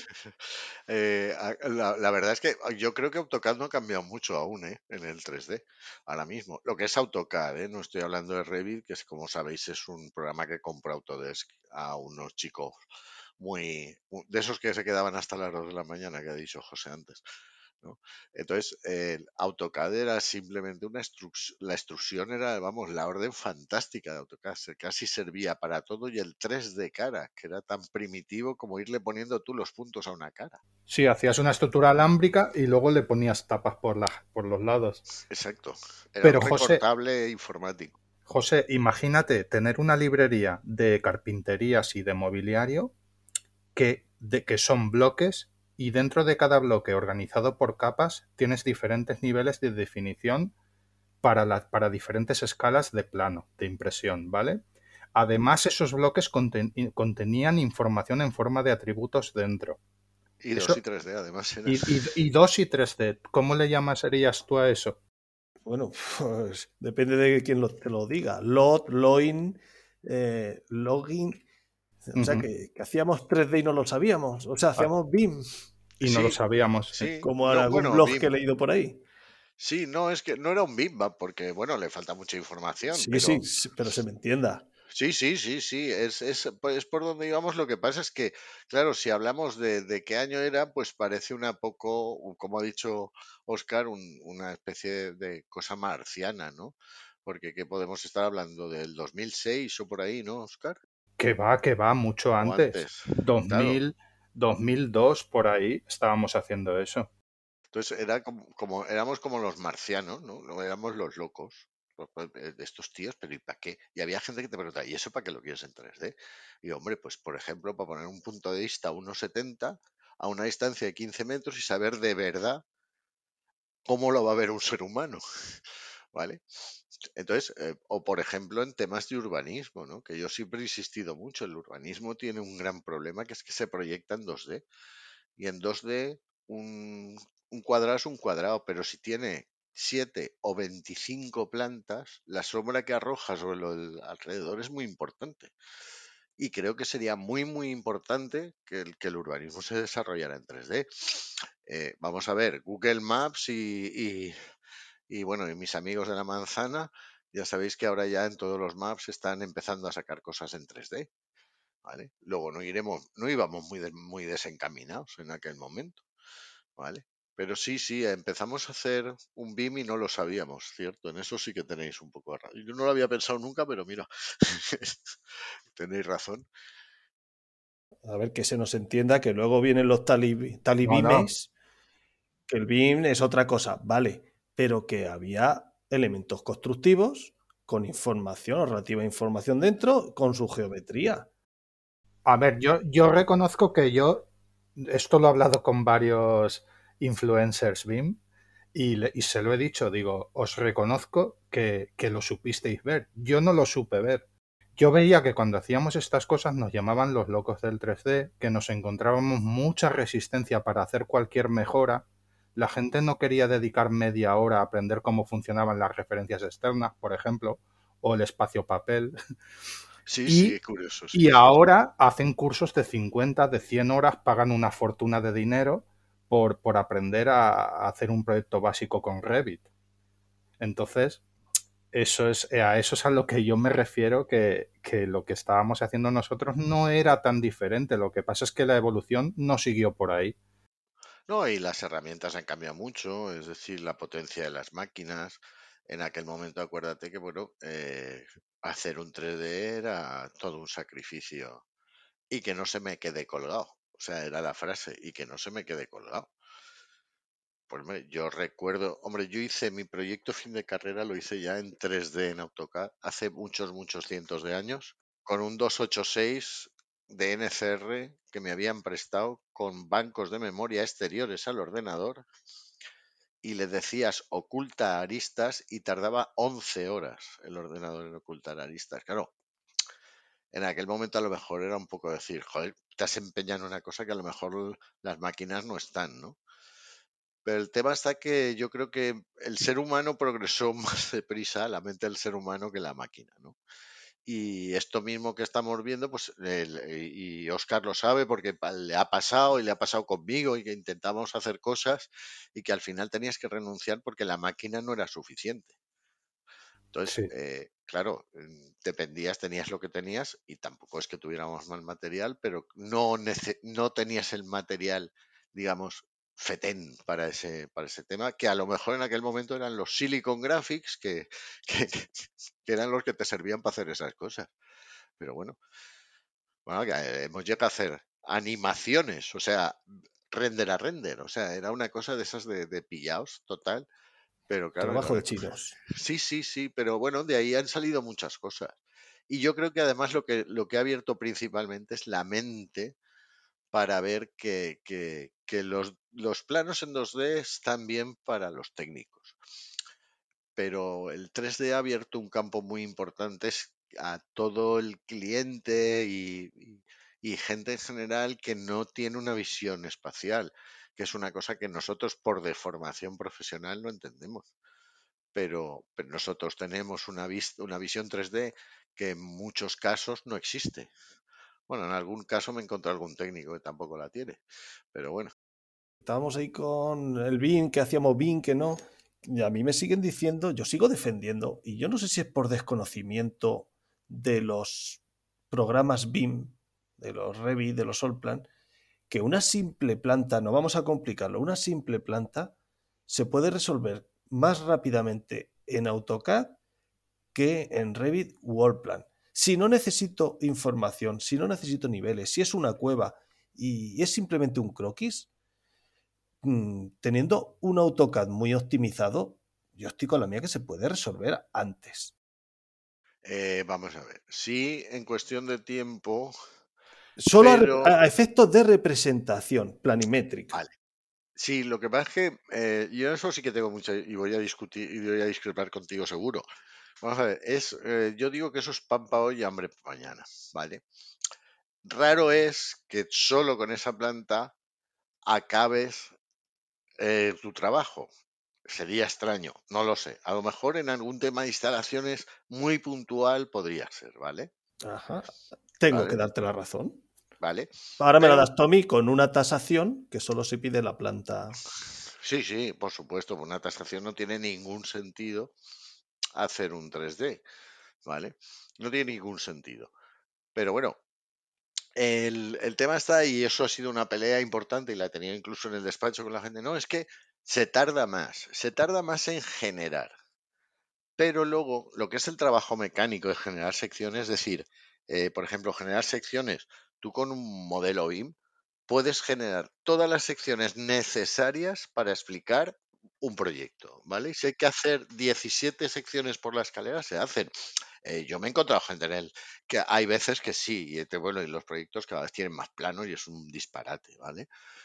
la verdad es que yo creo que AutoCAD no ha cambiado mucho aún, en el 3D, ahora mismo. Lo que es AutoCAD, no estoy hablando de Revit, que es, como sabéis, es un programa que compra Autodesk a unos chicos de esos que se quedaban hasta las 2 de la mañana, que ha dicho José antes, ¿no? Entonces, el AutoCAD era simplemente la extrusión era, vamos, la orden fantástica de AutoCAD, casi servía para todo, y el 3D cara, que era tan primitivo como irle poniendo tú los puntos a una cara. Sí, hacías una estructura alámbrica y luego le ponías tapas por los lados. Exacto, era un Pero José, recortable informático. Imagínate tener una librería de carpinterías y de mobiliario que son bloques y dentro de cada bloque organizado por capas tienes diferentes niveles de definición para diferentes escalas de plano, de impresión, ¿vale? Además, esos bloques contenían información en forma de atributos dentro. Y 2 y Eso, 3D además eran. y 2 y 3D, ¿cómo le llamarías tú a eso? Bueno, pues depende de quién te lo diga. Login, login. O sea, Ujú. que hacíamos 3D y no lo sabíamos. O sea, Ah, hacíamos BIM, y no lo Sí, sabíamos, sí. sí. como en No, algún bueno, blog que he BIM. leído por ahí. Sí, no, es que no era un bimbap porque, bueno, le falta mucha información, Sí, sí, pero sí, pero se me entienda. sí, sí, sí, sí, es por donde íbamos. Lo que pasa es que, claro, si hablamos de qué año era, pues parece una poco, como ha dicho Oscar, una especie de cosa marciana, ¿no? Porque ¿qué podemos estar hablando? ¿Del 2006 o por ahí, no, Oscar? Que va, mucho O antes. antes. Claro. 2000, 2002, por ahí estábamos haciendo eso. Entonces era como éramos como los marcianos, ¿no? No éramos los locos. De estos tíos, pero ¿y para qué? Y había gente que te preguntaba, ¿y eso para qué lo quieres en 3D? Y hombre, pues por ejemplo, para poner un punto de vista a 1,70 a una distancia de 15 metros y saber de verdad cómo lo va a ver un ser humano, ¿vale? Entonces, o por ejemplo en temas de urbanismo, ¿no? Que yo siempre he insistido mucho, el urbanismo tiene un gran problema que es que se proyecta en 2D. Y en 2D un cuadrado es un cuadrado, pero si tiene 7 o 25 plantas, la sombra que arroja sobre el alrededor es muy importante. Y creo que sería muy, muy importante que el urbanismo se desarrollara en 3D. Vamos a ver, Google Maps y bueno, y mis amigos de la manzana, ya sabéis que ahora ya en todos los maps están empezando a sacar cosas en 3D. ¿Vale? Luego no íbamos muy desencaminados en aquel momento. ¿Vale? Pero sí, sí, empezamos a hacer un BIM y no lo sabíamos, ¿cierto? En eso sí que tenéis un poco de razón. Yo no lo había pensado nunca, pero mira, tenéis razón. A ver, que se nos entienda que luego vienen los No, no. talibimes, que el BIM es otra cosa, vale, pero que había elementos constructivos con información o relativa información dentro, con su geometría. A ver, yo reconozco que esto lo he hablado con varios influencers BIM y se lo he dicho, digo, os reconozco que lo supisteis ver. Yo no lo supe ver. Yo veía que cuando hacíamos estas cosas nos llamaban los locos del 3D, que nos encontrábamos mucha resistencia para hacer cualquier mejora. La gente no quería dedicar media hora a aprender cómo funcionaban las referencias externas, por ejemplo, o el espacio papel. Sí, sí, Y, es curioso, sí. y ahora hacen cursos de 50, de 100 horas, pagan una fortuna de dinero por aprender a hacer un proyecto básico con Revit. Entonces, a eso es a lo que yo me refiero, que lo que estábamos haciendo nosotros no era tan diferente. Lo que pasa es que la evolución no siguió por ahí. No, y las herramientas han cambiado mucho, es decir, la potencia de las máquinas. En aquel momento, acuérdate que, bueno, hacer un 3D era todo un sacrificio y que no se me quede colgado. O sea, era la frase, y que no se me quede colgado. Pues hombre, yo recuerdo, hombre, yo hice mi proyecto fin de carrera, lo hice ya en 3D en AutoCAD hace muchos, muchos cientos de años, con un 286 de NCR que me habían prestado con bancos de memoria exteriores al ordenador y le decías oculta aristas y tardaba 11 horas el ordenador en ocultar aristas. Claro, en aquel momento a lo mejor era un poco decir, joder, te has empeñado en una cosa que a lo mejor las máquinas no están, ¿no? Pero el tema está que yo creo que el ser humano progresó más deprisa, la mente del ser humano, que la máquina, ¿no? Y esto mismo que estamos viendo, pues, y Oscar lo sabe porque le ha pasado y le ha pasado conmigo y que intentamos hacer cosas y que al final tenías que renunciar porque la máquina no era suficiente. Entonces, Sí. claro, dependías, tenías lo que tenías y tampoco es que tuviéramos mal material, pero no tenías el material, digamos, fetén para ese tema, que a lo mejor en aquel momento eran los Silicon Graphics que eran los que te servían para hacer esas cosas. Pero bueno, que, hemos llegado a hacer animaciones, o sea, render a render, o sea, era una cosa de esas de pillaos total, pero claro, Trabajo de chinos. sí, sí, sí, pero bueno, de ahí han salido muchas cosas. Y yo creo que además lo que ha abierto principalmente es la mente para ver que los planos en 2D están bien para los técnicos. Pero el 3D ha abierto un campo muy importante a todo el cliente y gente en general que no tiene una visión espacial, que es una cosa que nosotros por deformación profesional no entendemos. Pero nosotros tenemos una visión 3D que en muchos casos no existe. Bueno, en algún caso me encontré algún técnico que tampoco la tiene, pero bueno. Estábamos ahí con el BIM, que hacíamos BIM, que no. Y a mí me siguen diciendo, yo sigo defendiendo, y yo no sé si es por desconocimiento de los programas BIM, de los Revit, de los Allplan, que una simple planta, no vamos a complicarlo, una simple planta se puede resolver más rápidamente en AutoCAD que en Revit u Allplan. Si no necesito información, si no necesito niveles, si es una cueva y es simplemente un croquis, teniendo un AutoCAD muy optimizado, yo estoy con la mía que se puede resolver antes. Vamos a ver. Sí, en cuestión de tiempo, Solo pero... a efectos de representación planimétrica. Vale. Sí, lo que pasa es que yo eso sí que tengo mucha... Y voy a discutir y voy a discrepar contigo seguro. Vamos a ver, yo digo que eso es pan para hoy y hambre para mañana, ¿vale? Raro es que solo con esa planta acabes tu trabajo. Sería extraño, no lo sé. A lo mejor en algún tema de instalaciones muy puntual podría ser, ¿vale? Ajá. Tengo que ¿Vale? darte la razón. ¿Vale? Ahora me la Pero das Tommy con una tasación que solo se pide la planta. sí, sí, por supuesto, por una tasación no tiene ningún sentido hacer un 3D, ¿vale? No tiene ningún sentido. Pero bueno, el tema está, y eso ha sido una pelea importante, y la tenía incluso en el despacho con la gente, no, es que se tarda más en generar. Pero luego, lo que es el trabajo mecánico de generar secciones, es decir, por ejemplo, generar secciones, tú con un modelo BIM puedes generar todas las secciones necesarias para explicar un proyecto, ¿vale? Si hay que hacer 17 secciones por la escalera, se hacen. Yo me he encontrado gente en él que hay veces que sí, bueno, y los proyectos cada vez tienen más planos y es un disparate, ¿vale?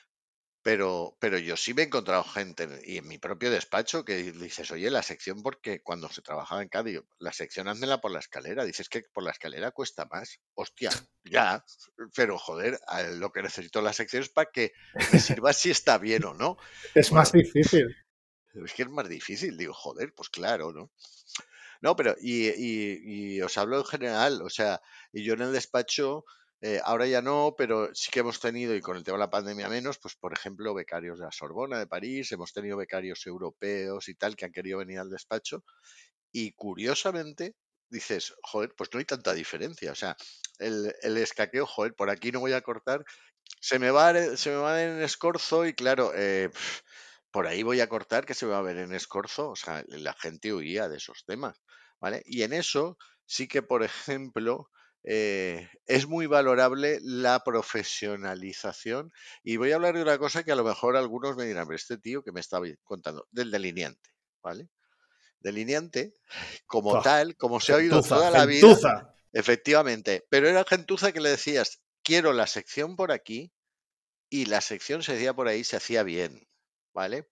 Pero yo sí me he encontrado gente y en mi propio despacho que dices, oye, la sección, porque cuando se trabajaba en Cádiz, la sección házmela por la escalera. Dices que por la escalera cuesta más. Hostia, ya, pero joder, lo que necesito la sección es para que me sirva si está bien o no. Es más Bueno, difícil. es que es más difícil. Digo, joder, pues claro, ¿no? No, pero y os hablo en general, o sea, y yo en el despacho, ahora ya no, pero sí que hemos tenido, y con el tema de la pandemia menos, pues por ejemplo, becarios de la Sorbona, de París, hemos tenido becarios europeos y tal que han querido venir al despacho, y curiosamente dices, joder, pues no hay tanta diferencia, o sea, el escaqueo, joder, por aquí no voy a cortar, se me va en escorzo y claro, por ahí voy a cortar que se me va a ver en escorzo. O sea, la gente huía de esos temas, ¿vale? Y en eso sí que, por ejemplo, es muy valorable la profesionalización. Y voy a hablar de una cosa que a lo mejor algunos me dirán, pero este tío que me estaba contando, del delineante, ¿vale? Delineante, como ¡Fua! tal, como se ha oído Gentuza, toda la vida, gentuza. efectivamente, pero era gentuza que le decías, quiero la sección por aquí y la sección se hacía por ahí, se hacía bien, ¿vale?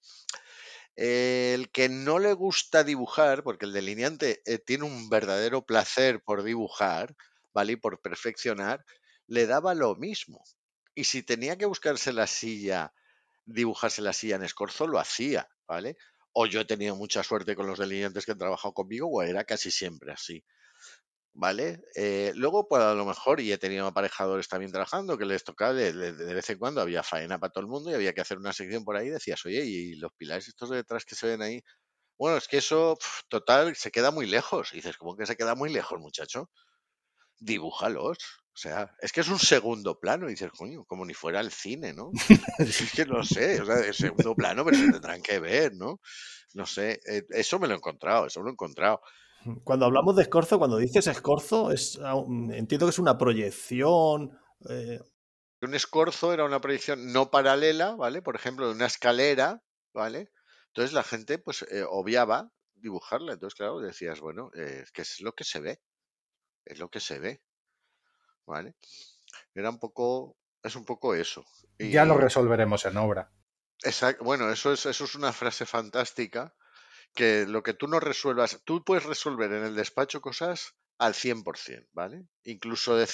El que no le gusta dibujar, porque el delineante tiene un verdadero placer por dibujar, ¿vale? Y por perfeccionar, le daba lo mismo. Y si tenía que buscarse la silla, dibujarse la silla en escorzo, lo hacía, ¿vale? O yo he tenido mucha suerte con los delineantes que han trabajado conmigo, o era casi siempre así. ¿Vale? Luego, pues a lo mejor, y he tenido aparejadores también trabajando, que les tocaba de vez en cuando, había faena para todo el mundo y había que hacer una sección por ahí, decías, oye, y los pilares estos de detrás que se ven ahí, bueno, es que eso, total, se queda muy lejos. Y dices, ¿cómo que se queda muy lejos, muchacho? Dibújalos. O sea, es que es un segundo plano. Y dices, coño, como ni fuera el cine, ¿no? Es que no sé, o sea, es segundo plano, pero se tendrán que ver, ¿no? No sé, eso me lo he encontrado, eso me lo he encontrado. Cuando hablamos de escorzo, cuando dices escorzo, entiendo que es una proyección. Un escorzo era una proyección no paralela, ¿vale? Por ejemplo, de una escalera, ¿vale? Entonces la gente, pues, obviaba dibujarla. Entonces, claro, decías, bueno, es que es lo que se ve, es lo que se ve, ¿vale? Era un poco, es un poco eso. Ya lo Y, resolveremos en obra. bueno, eso es una frase fantástica, que lo que tú no resuelvas, tú puedes resolver en el despacho cosas al 100%, ¿vale? Incluso decir,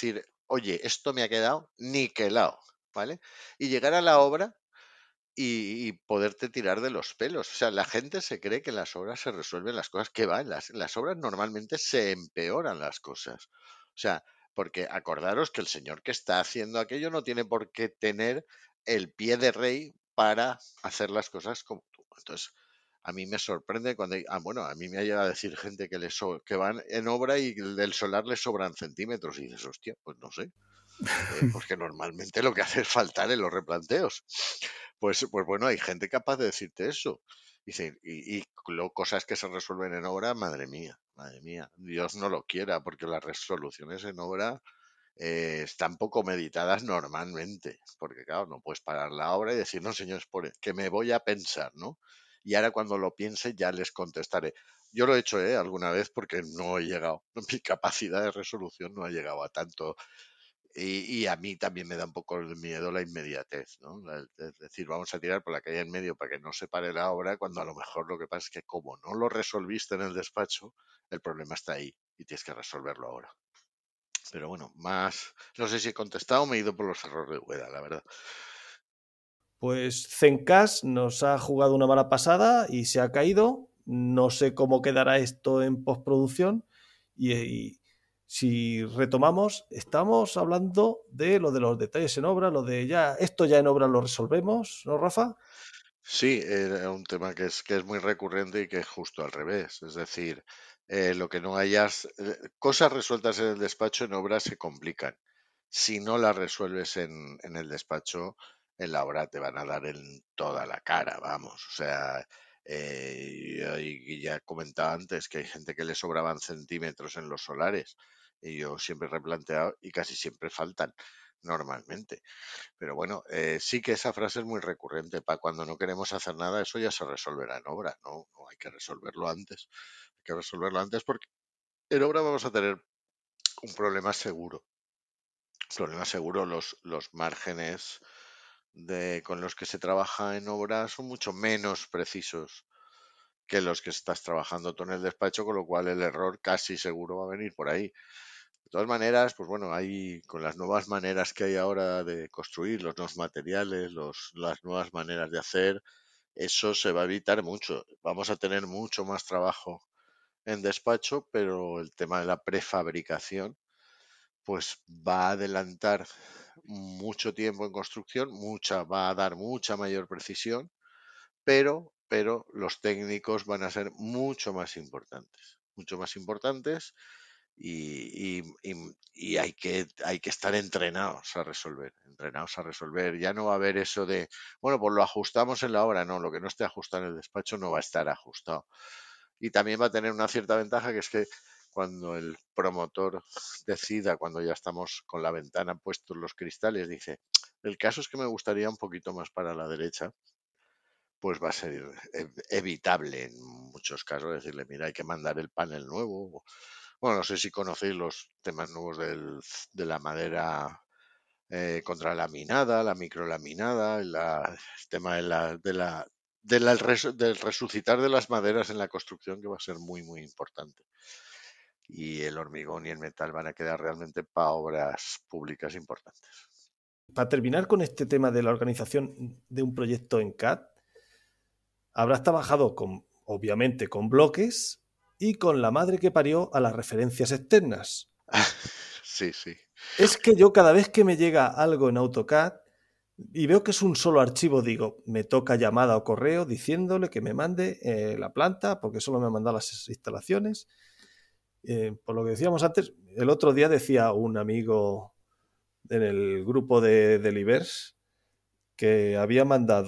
oye, esto me ha quedado niquelado, ¿vale? Y llegar a la obra y poderte tirar de los pelos. O sea, la gente se cree que en las obras se resuelven las cosas que van. En las obras normalmente se empeoran las cosas. O sea, porque acordaros que el señor que está haciendo aquello no tiene por qué tener el pie de rey para hacer las cosas como tú. Entonces, a mí me sorprende cuando bueno, a mí me ha llegado a decir gente que van en obra y del solar les sobran centímetros y dices, hostia, pues no sé. Porque normalmente lo que hace es faltar en los replanteos. Pues bueno, hay gente capaz de decirte eso. Y cosas que se resuelven en obra, madre mía, Dios no lo quiera, porque las resoluciones en obra están poco meditadas normalmente, porque claro, no puedes parar la obra y decir, no, señores, que me voy a pensar, ¿no? Y ahora cuando lo piense ya les contestaré. Yo lo he hecho alguna vez porque no he llegado, mi capacidad de resolución no ha llegado a tanto y a mí también me da un poco de miedo la inmediatez, ¿no? Es decir, vamos a tirar por la calle en medio para que no se pare la obra, cuando a lo mejor lo que pasa es que como no lo resolviste en el despacho, el problema está ahí y tienes que resolverlo ahora. Pero bueno, no sé si he contestado o me he ido por los cerros de Úbeda, la verdad. Pues Zencast nos ha jugado una mala pasada y se ha caído. No sé cómo quedará esto en postproducción. Y si retomamos, estamos hablando de los detalles en obra, esto ya en obra lo resolvemos, ¿no, Rafa? Sí, era un tema que es muy recurrente y que es justo al revés. Es decir, lo que no hayas, cosas resueltas en el despacho en obra se complican. Si no las resuelves en el despacho, en la obra te van a dar en toda la cara, vamos. O sea, y ya comentaba antes que hay gente que le sobraban centímetros en los solares y yo siempre he replanteado y casi siempre faltan normalmente. Pero bueno, sí que esa frase es muy recurrente. Para cuando no queremos hacer nada, eso ya se resolverá en obra, ¿no? No hay que resolverlo antes. Hay que resolverlo antes porque en obra vamos a tener un problema seguro. Problema seguro, los márgenes con los que se trabaja en obra son mucho menos precisos que los que estás trabajando tú en el despacho, con lo cual el error casi seguro va a venir por ahí. De todas maneras, pues bueno, hay con las nuevas maneras que hay ahora de construir, los nuevos materiales, las nuevas maneras de hacer, eso se va a evitar mucho. Vamos a tener mucho más trabajo en despacho, pero el tema de la prefabricación, pues va a adelantar mucho tiempo en construcción, va a dar mucha mayor precisión, pero los técnicos van a ser mucho más importantes y hay que estar entrenados a resolver. Ya no va a haber eso de, bueno, pues lo ajustamos en la obra. No, lo que no esté ajustado en el despacho no va a estar ajustado. Y también va a tener una cierta ventaja, que es que cuando el promotor decida, cuando ya estamos con la ventana puestos los cristales, dice, el caso es que me gustaría un poquito más para la derecha, pues va a ser evitable en muchos casos decirle, mira, hay que mandar el panel nuevo. Bueno, no sé si conocéis los temas nuevos de la madera contralaminada, la microlaminada, el tema del resucitar de las maderas en la construcción, que va a ser muy, muy importante. Y el hormigón y el metal van a quedar realmente para obras públicas importantes. Para terminar con este tema de la organización de un proyecto en CAD, habrás trabajado obviamente con bloques y con la madre que parió a las referencias externas. Sí, sí. Es que yo cada vez que me llega algo en AutoCAD y veo que es un solo archivo, digo, me toca llamada o correo diciéndole que me mande la planta, porque solo me ha mandado las instalaciones. Por lo que decíamos antes, el otro día decía un amigo en el grupo de Delivers que había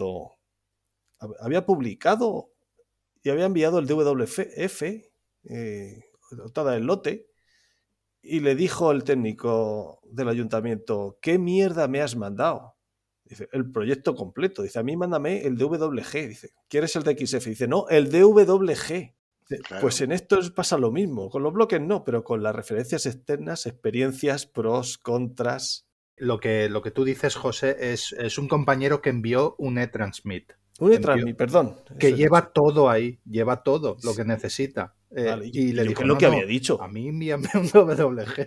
publicado y había enviado el DWF, todo el lote, y le dijo el técnico del ayuntamiento, ¿qué mierda me has mandado? Dice, el proyecto completo. Dice, a mí mándame el DWG. Dice, ¿quieres el DXF? Dice, no, el DWG. Dice, Claro. pues en esto pasa lo mismo. Con los bloques no, pero con las referencias externas, experiencias, pros, contras. Lo que tú dices, José, es un compañero que envió un eTransmit. Un eTransmit, perdón. Que lleva todo ahí, lleva todo lo que necesita. Vale, y le dijo, ¿qué es lo que había dicho? A mí envíame un WG.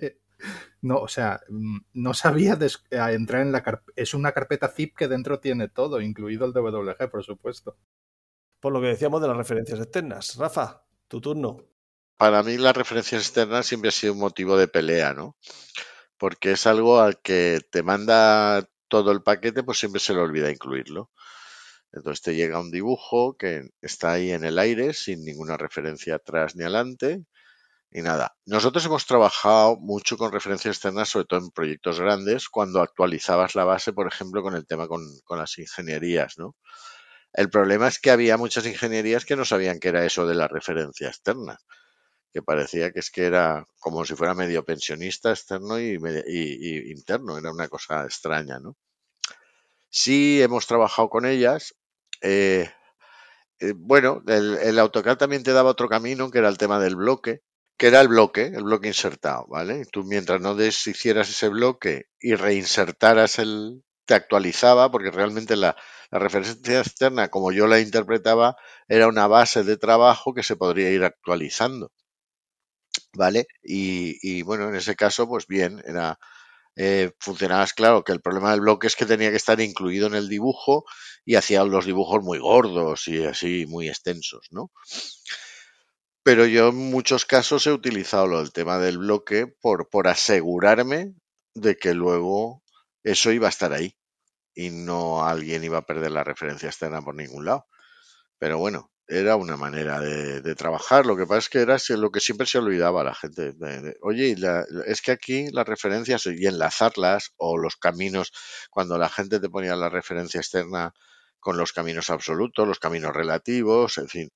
No, o sea, no sabía entrar en la carpeta. Es una carpeta zip que dentro tiene todo, incluido el DWG, por supuesto. Por lo que decíamos de las referencias externas. Rafa, tu turno. Para mí las referencias externas siempre ha sido un motivo de pelea, ¿no? Porque es algo al que te manda todo el paquete, pues siempre se le olvida incluirlo. Entonces te llega un dibujo que está ahí en el aire, sin ninguna referencia atrás ni adelante, y nada. Nosotros hemos trabajado mucho con referencias externas, sobre todo en proyectos grandes, cuando actualizabas la base, por ejemplo, con el tema con las ingenierías, ¿no? El problema es que había muchas ingenierías que no sabían qué era eso de la referencia externa, que parecía que es que era como si fuera medio pensionista externo y interno, era una cosa extraña, ¿no? Sí hemos trabajado con ellas. eh, bueno, el AutoCAD también te daba otro camino, que era el tema del bloque, que era el bloque insertado, ¿vale? Y tú mientras no deshicieras ese bloque y reinsertaras te actualizaba, porque realmente la referencia externa, como yo la interpretaba, era una base de trabajo que se podría ir actualizando, ¿vale? Y bueno, en ese caso, pues bien, funcionaba, claro, que el problema del bloque es que tenía que estar incluido en el dibujo y hacía los dibujos muy gordos y así muy extensos, ¿no? Pero yo en muchos casos he utilizado el tema del bloque por asegurarme de que luego eso iba a estar ahí y no alguien iba a perder la referencia externa por ningún lado. Pero bueno, era una manera de trabajar. Lo que pasa es que era lo que siempre se olvidaba a la gente. Oye, es que aquí las referencias y enlazarlas o los caminos, cuando la gente te ponía la referencia externa con los caminos absolutos, los caminos relativos, en fin,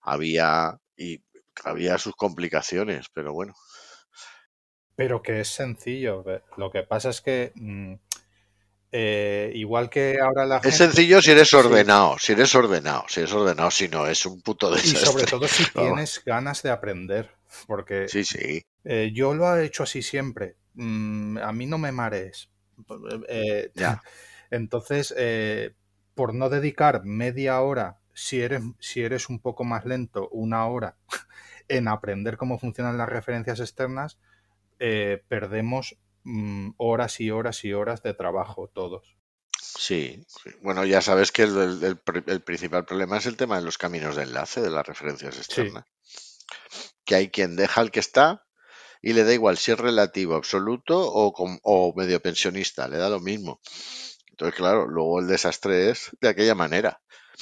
había sus complicaciones, pero bueno. Pero que es sencillo. Lo que pasa es que igual que ahora la Es gente... sencillo si eres Sí. ordenado, si eres ordenado, si no, es un puto Y desastre. sobre todo si Vamos. tienes ganas de aprender, porque Sí, sí. yo lo he hecho así siempre. A mí no me marees. Ya. Entonces, por no dedicar media hora, si eres un poco más lento, una hora, en aprender cómo funcionan las referencias externas, perdemos horas y horas y horas de trabajo todos. Sí, sí. Bueno, ya sabes que el principal problema es el tema de los caminos de enlace de las referencias Sí. externas. Que hay quien deja el que está y le da igual si es relativo, absoluto o medio pensionista, le da lo mismo. Entonces, claro, luego el desastre es de aquella manera.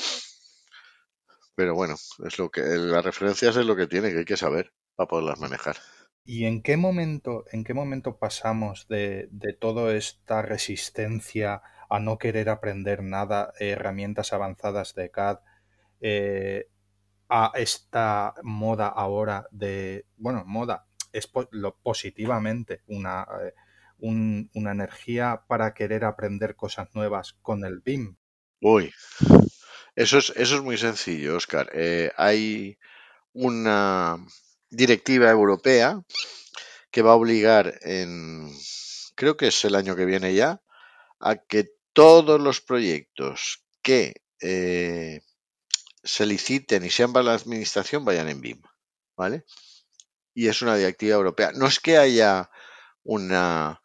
Pero bueno, es lo que las referencias es lo que tiene, que hay que saber para poderlas manejar. ¿Y en qué momento pasamos de toda esta resistencia a no querer aprender nada, herramientas avanzadas de CAD, eh, a esta moda ahora de, bueno, moda, es positivamente una energía para querer aprender cosas nuevas con el BIM? Uy, eso es muy sencillo, Oscar. Hay una directiva europea que va a obligar creo que es el año que viene ya, a que todos los proyectos que se liciten y sean para la administración vayan en BIM, ¿vale? Y es una directiva europea. No es que haya una...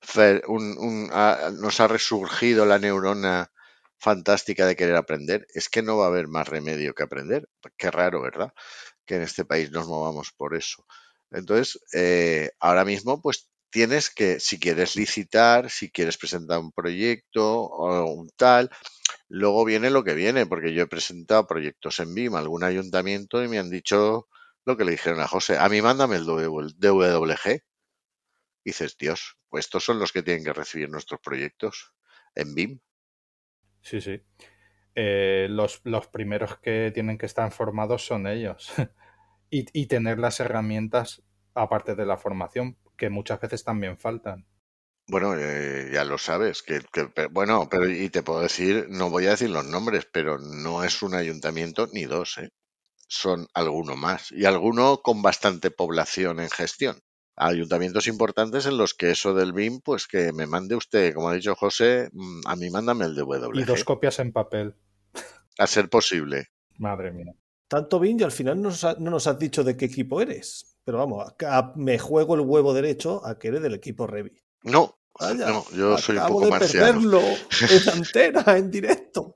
nos ha resurgido la neurona fantástica de querer aprender, es que no va a haber más remedio que aprender. Qué raro, ¿verdad? Que en este país nos movamos por eso. Entonces, ahora mismo, pues tienes que, si quieres licitar, si quieres presentar un proyecto o un tal, luego viene lo que viene, porque yo he presentado proyectos en BIM a algún ayuntamiento y me han dicho lo que le dijeron a José, a mí mándame el DWG. Y dices, Dios, pues estos son los que tienen que recibir nuestros proyectos en BIM. Sí, sí. Los primeros que tienen que estar formados son ellos. Y tener las herramientas, aparte de la formación, que muchas veces también faltan. Bueno, ya lo sabes, bueno, pero y te puedo decir, no voy a decir los nombres, pero no es un ayuntamiento ni dos, ¿eh? Son alguno más y alguno con bastante población en gestión. Ayuntamientos importantes en los que eso del BIM, pues que me mande usted, como ha dicho José, a mí mándame el Y 2 DWG, copias en papel. a ser posible. Madre mía. Tanto bien y al final no nos has dicho de qué equipo eres. Pero vamos, me juego el huevo derecho a que eres del equipo Revit. No, Vaya, yo soy un acabo poco de marciano. perderlo en antena, en directo.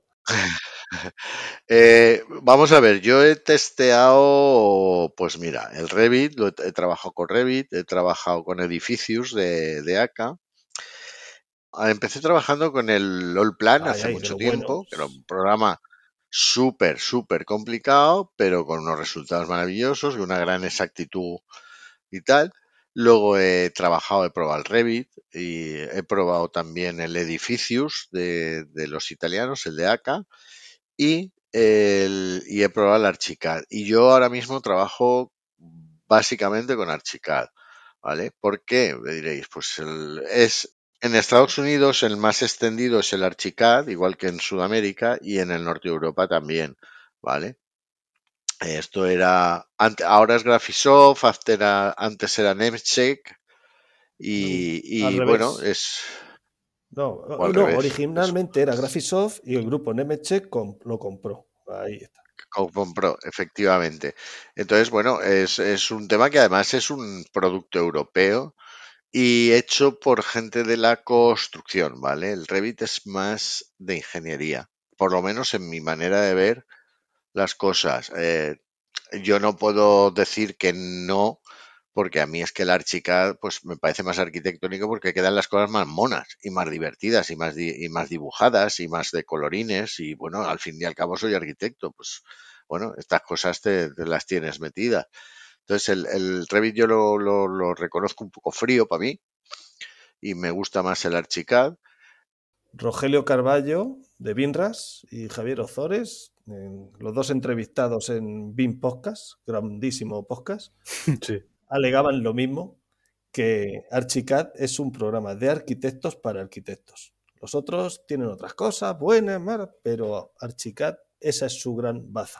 Vamos a ver, yo he testeado, pues mira, el Revit, he trabajado con Revit, he trabajado con Edificios de ACA. Empecé trabajando con el Allplan hace Ay, de mucho lo tiempo, que era buenos. un programa súper complicado, pero con unos resultados maravillosos y una gran exactitud y tal. Luego he probado el Revit y he probado también el Edificius de los italianos, el de ACA, y he probado el Archicad. Y yo ahora mismo trabajo básicamente con Archicad, ¿vale? ¿Por qué? Me diréis, pues en Estados Unidos el más extendido es el Archicad, igual que en Sudamérica, y en el norte de Europa también, ¿vale? Esto ahora es Graphisoft, antes era Nemetschek, No, al y bueno, revés. No, o al no, revés, eso. originalmente era Graphisoft y el grupo Nemetschek lo compró. Ahí está. Compró, efectivamente. Entonces, bueno, es un tema que además es un producto europeo y hecho por gente de la construcción, ¿vale? El Revit es más de ingeniería, por lo menos en mi manera de ver las cosas. Yo no puedo decir que no, porque a mí es que el Archicad pues me parece más arquitectónico porque quedan las cosas más monas y más divertidas y más dibujadas y más de colorines y bueno, al fin y al cabo soy arquitecto, pues bueno, estas cosas te las tienes metidas. Entonces el Revit yo lo reconozco un poco frío para mí y me gusta más el Archicad. Rogelio Carballo de Binras y Javier Ozores, los dos entrevistados en BIM Podcast, grandísimo podcast, Sí. alegaban lo mismo, que Archicad es un programa de arquitectos para arquitectos. Los otros tienen otras cosas, buenas, malas, pero Archicad, esa es su gran baza.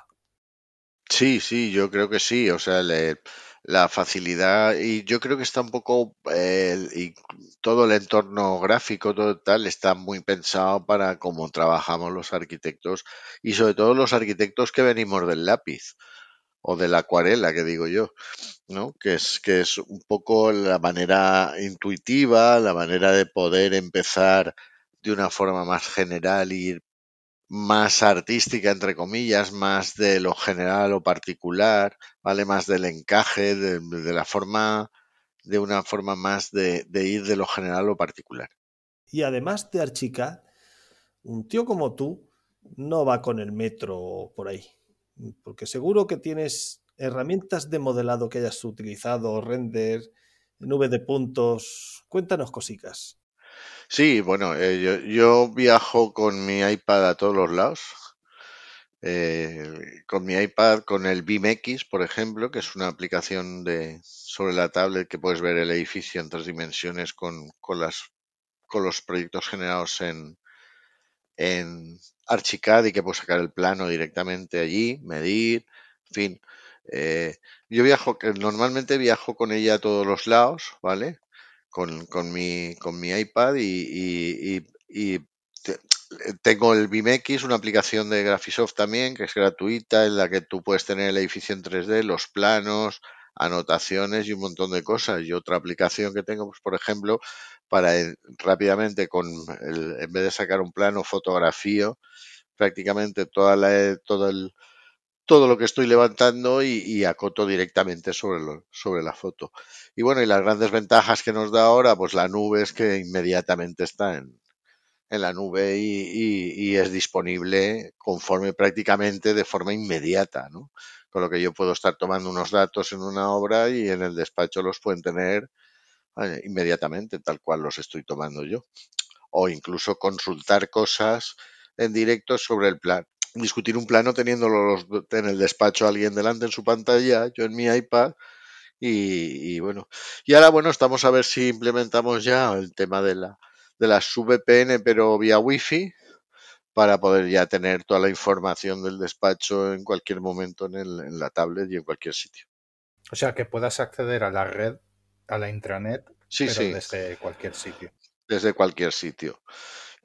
Sí, sí, yo creo que sí. O sea, la facilidad y yo creo que está un poco y todo el entorno gráfico, todo tal, está muy pensado para cómo trabajamos los arquitectos y sobre todo los arquitectos que venimos del lápiz o de la acuarela, que digo yo, ¿no? Que es un poco la manera intuitiva, la manera de poder empezar de una forma más general y ir más artística, entre comillas, más de lo general a lo particular, ¿vale? Más del encaje, de la forma, de una forma más de ir de lo general a lo particular. Y además de Archicad, un tío como tú no va con el metro por ahí, porque seguro que tienes herramientas de modelado que hayas utilizado, render, nube de puntos. Cuéntanos cositas. Sí, bueno, yo viajo con mi iPad a todos los lados. Con mi iPad, con el BeamX, por ejemplo, que es una aplicación sobre la tablet que puedes ver el edificio en 3 dimensiones con los proyectos generados en Archicad y que puedo sacar el plano directamente allí, medir, en fin. Eh, yo normalmente viajo con ella a todos los lados, ¿vale? Con mi iPad y tengo el BeamX, una aplicación de Graphisoft también, que es gratuita, en la que tú puedes tener el edificio en 3D, los planos, anotaciones y un montón de cosas. Y otra aplicación que tengo, pues, por ejemplo, para rápidamente, en vez de sacar un plano, fotografío prácticamente todo lo que estoy levantando y acoto directamente sobre la foto. Y bueno, y las grandes ventajas que nos da ahora, pues la nube es que inmediatamente está en la nube y es disponible conforme prácticamente de forma inmediata, ¿no? Con lo que yo puedo estar tomando unos datos en una obra y en el despacho los pueden tener inmediatamente, tal cual los estoy tomando yo. O incluso consultar cosas en directo sobre el plan. Discutir un plano teniéndolo en el despacho alguien delante en su pantalla, yo en mi iPad, y bueno. Y ahora, bueno, estamos a ver si implementamos ya el tema de las VPN, pero vía Wi-Fi, para poder ya tener toda la información del despacho en cualquier momento en la tablet y en cualquier sitio. O sea, que puedas acceder a la red, a la intranet, Sí, pero sí, desde cualquier sitio. desde cualquier sitio.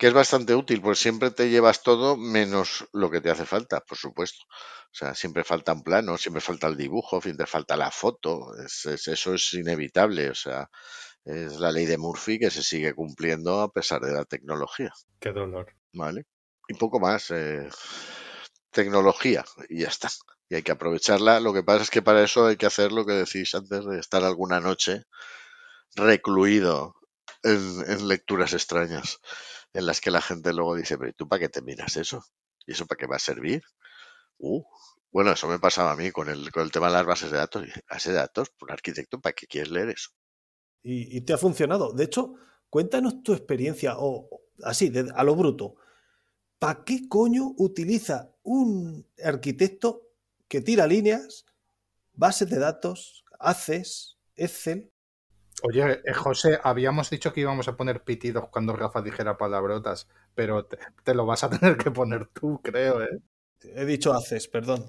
que es bastante útil, porque siempre te llevas todo menos lo que te hace falta, por supuesto. O sea, siempre falta un plano, siempre falta el dibujo, siempre falta la foto. Eso es inevitable. O sea, es la ley de Murphy que se sigue cumpliendo a pesar de la tecnología. Qué dolor. ¿Vale? Y poco más. Tecnología y ya está. Y hay que aprovecharla. Lo que pasa es que para eso hay que hacer lo que decís antes de estar alguna noche recluido en lecturas extrañas, en las que la gente luego dice, pero ¿y tú para qué te miras eso? ¿Y eso para qué va a servir? Uh, bueno, eso me pasaba a mí con el tema de las bases de datos. ¿Bases de datos? ¿Un arquitecto para qué quieres leer eso? Y te ha funcionado. De hecho, cuéntanos tu experiencia, o así, a lo bruto. ¿Para qué coño utiliza un arquitecto que tira líneas, bases de datos, Access, Excel? Oye, José, habíamos dicho que íbamos a poner pitidos cuando Rafa dijera palabrotas, pero te lo vas a tener que poner tú, creo, ¿eh? He dicho Access, perdón.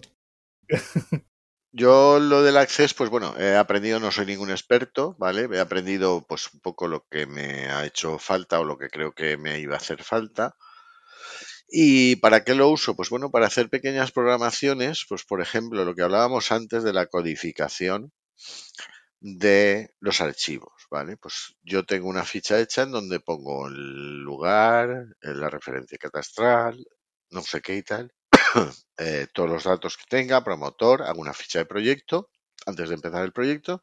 Yo lo del Access, pues bueno, he aprendido, no soy ningún experto, ¿vale? He aprendido pues un poco lo que me ha hecho falta o lo que creo que me iba a hacer falta. ¿Y para qué lo uso? Pues bueno, para hacer pequeñas programaciones, pues por ejemplo, lo que hablábamos antes de la codificación de los archivos, ¿vale? Pues yo tengo una ficha hecha en donde pongo el lugar, la referencia catastral, no sé qué y tal, todos los datos que tenga, promotor, hago una ficha de proyecto antes de empezar el proyecto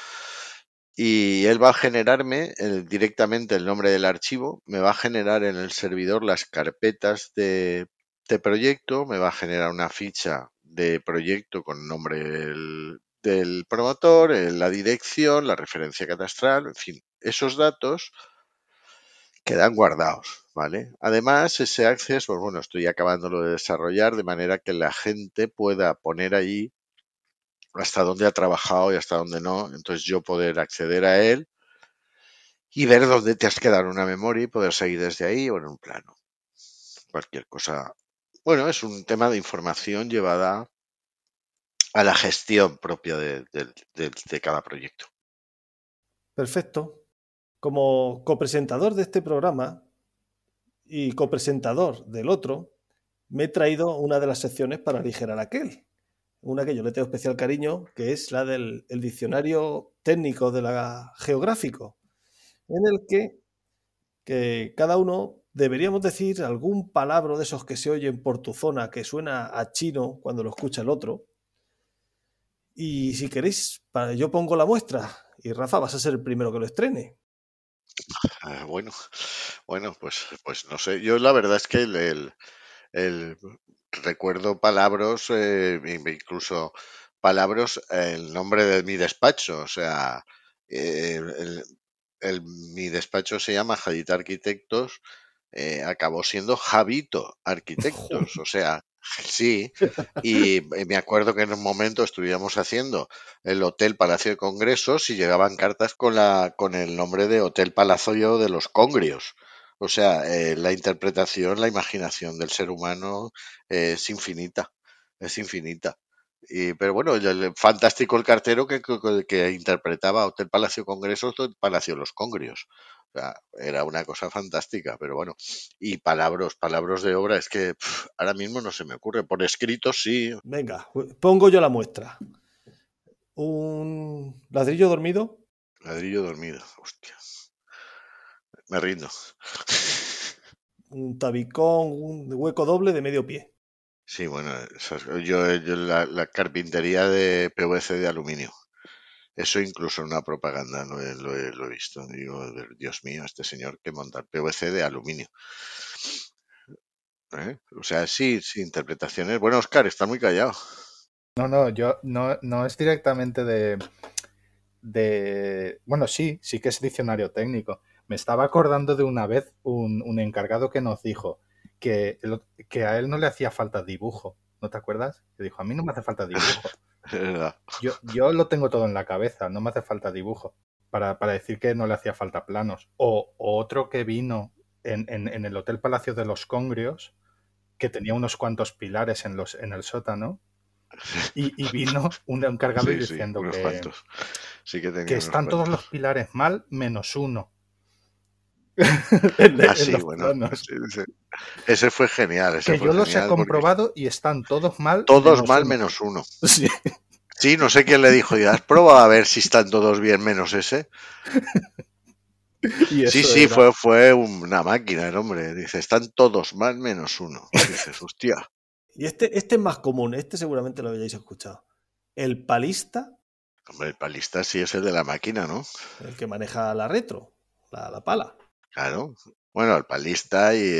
y él va a generarme directamente el nombre del archivo, me va a generar en el servidor las carpetas de proyecto, me va a generar una ficha de proyecto con nombre del promotor, la dirección, la referencia catastral, en fin, esos datos quedan guardados, ¿vale? Además, ese Access, pues bueno, estoy acabándolo de desarrollar de manera que la gente pueda poner allí hasta dónde ha trabajado y hasta dónde no, entonces yo poder acceder a él y ver dónde te has quedado en una memoria y poder seguir desde ahí o en un plano. Cualquier cosa. Bueno, es un tema de información llevada a la gestión propia de cada proyecto. Perfecto. Como copresentador de este programa y copresentador del otro, me he traído una de las secciones para aligerar aquel. Una que yo le tengo especial cariño, que es la del diccionario técnico de la geográfico, en el que cada uno deberíamos decir algún palabra de esos que se oyen por tu zona, que suena a chino cuando lo escucha el otro. Y si queréis, yo pongo la muestra y Rafa vas a ser el primero que lo estrene. Bueno, pues no sé. Yo la verdad es que el recuerdo palabras, incluso palabras, el nombre de mi despacho. O sea, mi despacho se llama Jadita Arquitectos, acabó siendo Javito Arquitectos. O sea, sí. Y me acuerdo que en un momento estuvimos haciendo el Hotel Palacio de Congresos y llegaban cartas con el nombre de Hotel Palacio de los Congrios. O sea, la interpretación, la imaginación del ser humano es infinita, es infinita. Pero bueno, fantástico el cartero que interpretaba Hotel Palacio Congresos, Hotel Palacio Los Congrios. O sea, era una cosa fantástica, pero bueno. Y palabras de obra, es que ahora mismo no se me ocurre. Por escrito sí. Venga, pongo yo la muestra. Un ladrillo dormido. Ladrillo dormido, hostia. Me rindo. Un tabicón, un hueco doble de medio pie. Sí, bueno, yo la carpintería de PVC de aluminio. Eso incluso en una propaganda lo he visto. Digo, Dios mío, este señor que monta PVC de aluminio. ¿Eh? O sea, sí, interpretaciones. Bueno, Oscar, está muy callado. No, yo no es directamente bueno, sí que es diccionario técnico. Me estaba acordando de una vez un encargado que nos dijo que a él no le hacía falta dibujo. ¿No te acuerdas? Que dijo, a mí no me hace falta dibujo. ¿Verdad? Yo lo tengo todo en la cabeza, no me hace falta dibujo. Para decir que no le hacía falta planos. O otro que vino en el Hotel Palacio de los Congrios, que tenía unos cuantos pilares en el sótano, y vino un encargado Sí, diciendo unos cuantos. Sí que tenía que unos están todos cuantos. los pilares mal menos uno. Sí, los bueno, planos. ese fue genial. Ese Que fue yo los he genial porque comprobado y están todos mal todos menos mal uno. menos uno. Sí. Sí, no sé quién le dijo, ¿ya has probado a ver si están todos bien menos ese? Y Sí, eso sí, era. fue una máquina el hombre. Dice, están todos mal menos uno. Dices, hostia. Y este es más común, este seguramente lo hayáis escuchado. El palista, Hombre, el palista sí es el de la máquina, ¿no? el que maneja la retro, la pala. Claro. Bueno, el palista y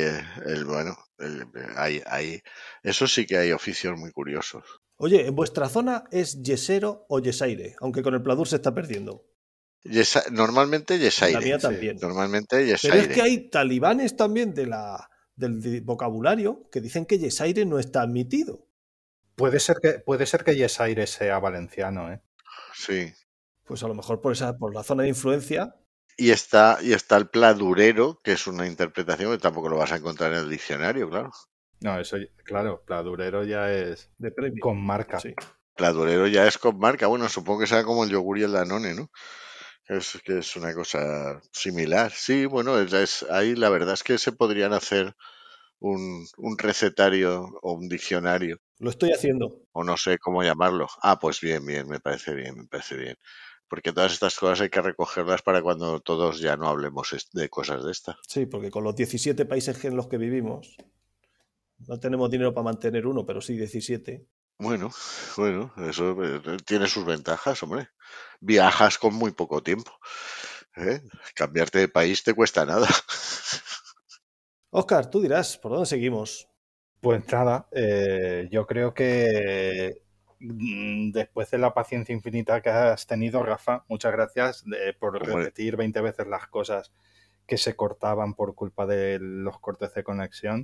eso sí que hay oficios muy curiosos. Oye, ¿en vuestra zona es yesero o yesaire? Aunque con el pladur se está perdiendo. Normalmente En la Yesaire. mía Sí. también. Normalmente Pero es que Yesaire. hay talibanes también del vocabulario que dicen que yesaire no está admitido. Puede ser que Yesaire sea valenciano, ¿eh? Sí. Pues a lo mejor por la zona de influencia Y está el pladurero, que es una interpretación que tampoco lo vas a encontrar en el diccionario, claro. No, eso, claro, Pladurero ya es de premio. con marca. Sí. Pladurero ya es con marca. Bueno, supongo que será como el yogur y el Danone, ¿no? Que es una cosa similar. Sí, bueno, ahí la verdad es que se podrían hacer un recetario o un diccionario, Lo estoy haciendo. o no sé cómo llamarlo. Ah, pues bien, bien, me parece bien, me parece bien. Porque todas estas cosas hay que recogerlas para cuando todos ya no hablemos de cosas de estas. Sí, porque con los 17 países en los que vivimos, no tenemos dinero para mantener uno, pero sí 17. Bueno, bueno, eso tiene sus ventajas, hombre. Viajas con muy poco tiempo, ¿eh? Cambiarte de país te cuesta nada. Óscar, tú dirás, ¿por dónde seguimos? Pues nada, yo creo que después de la paciencia infinita que has tenido, Rafa, muchas gracias por Hombre, repetir 20 veces las cosas que se cortaban por culpa de los cortes de conexión.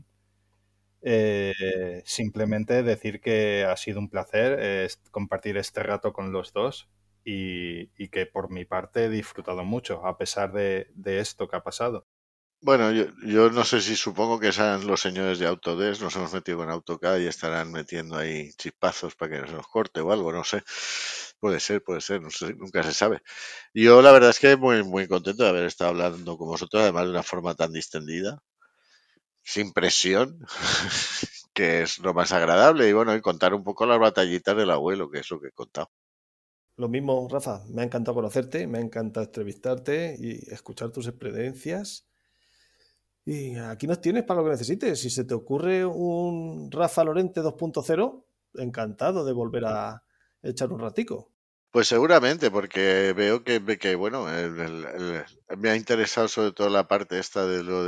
Simplemente decir que ha sido un placer compartir este rato con los dos y que por mi parte he disfrutado mucho, a pesar de esto que ha pasado. bueno, yo no sé si supongo que sean los señores de Autodesk, nos hemos metido con AutoCAD y estarán metiendo ahí chispazos para que no se nos corte o algo, no sé. Puede ser, no sé, nunca se sabe. Yo la verdad es que muy, muy contento de haber estado hablando con vosotros, además de una forma tan distendida, sin presión, que es lo más agradable, y bueno, y contar un poco las batallitas del abuelo, que es lo que he contado. Lo mismo, Rafa, me ha encantado conocerte, me ha encantado entrevistarte y escuchar tus experiencias. Y aquí nos tienes para lo que necesites. Si se te ocurre un Rafa Lorente 2.0, encantado de volver a echar un ratico. Pues seguramente, porque veo que bueno, me ha interesado sobre todo la parte esta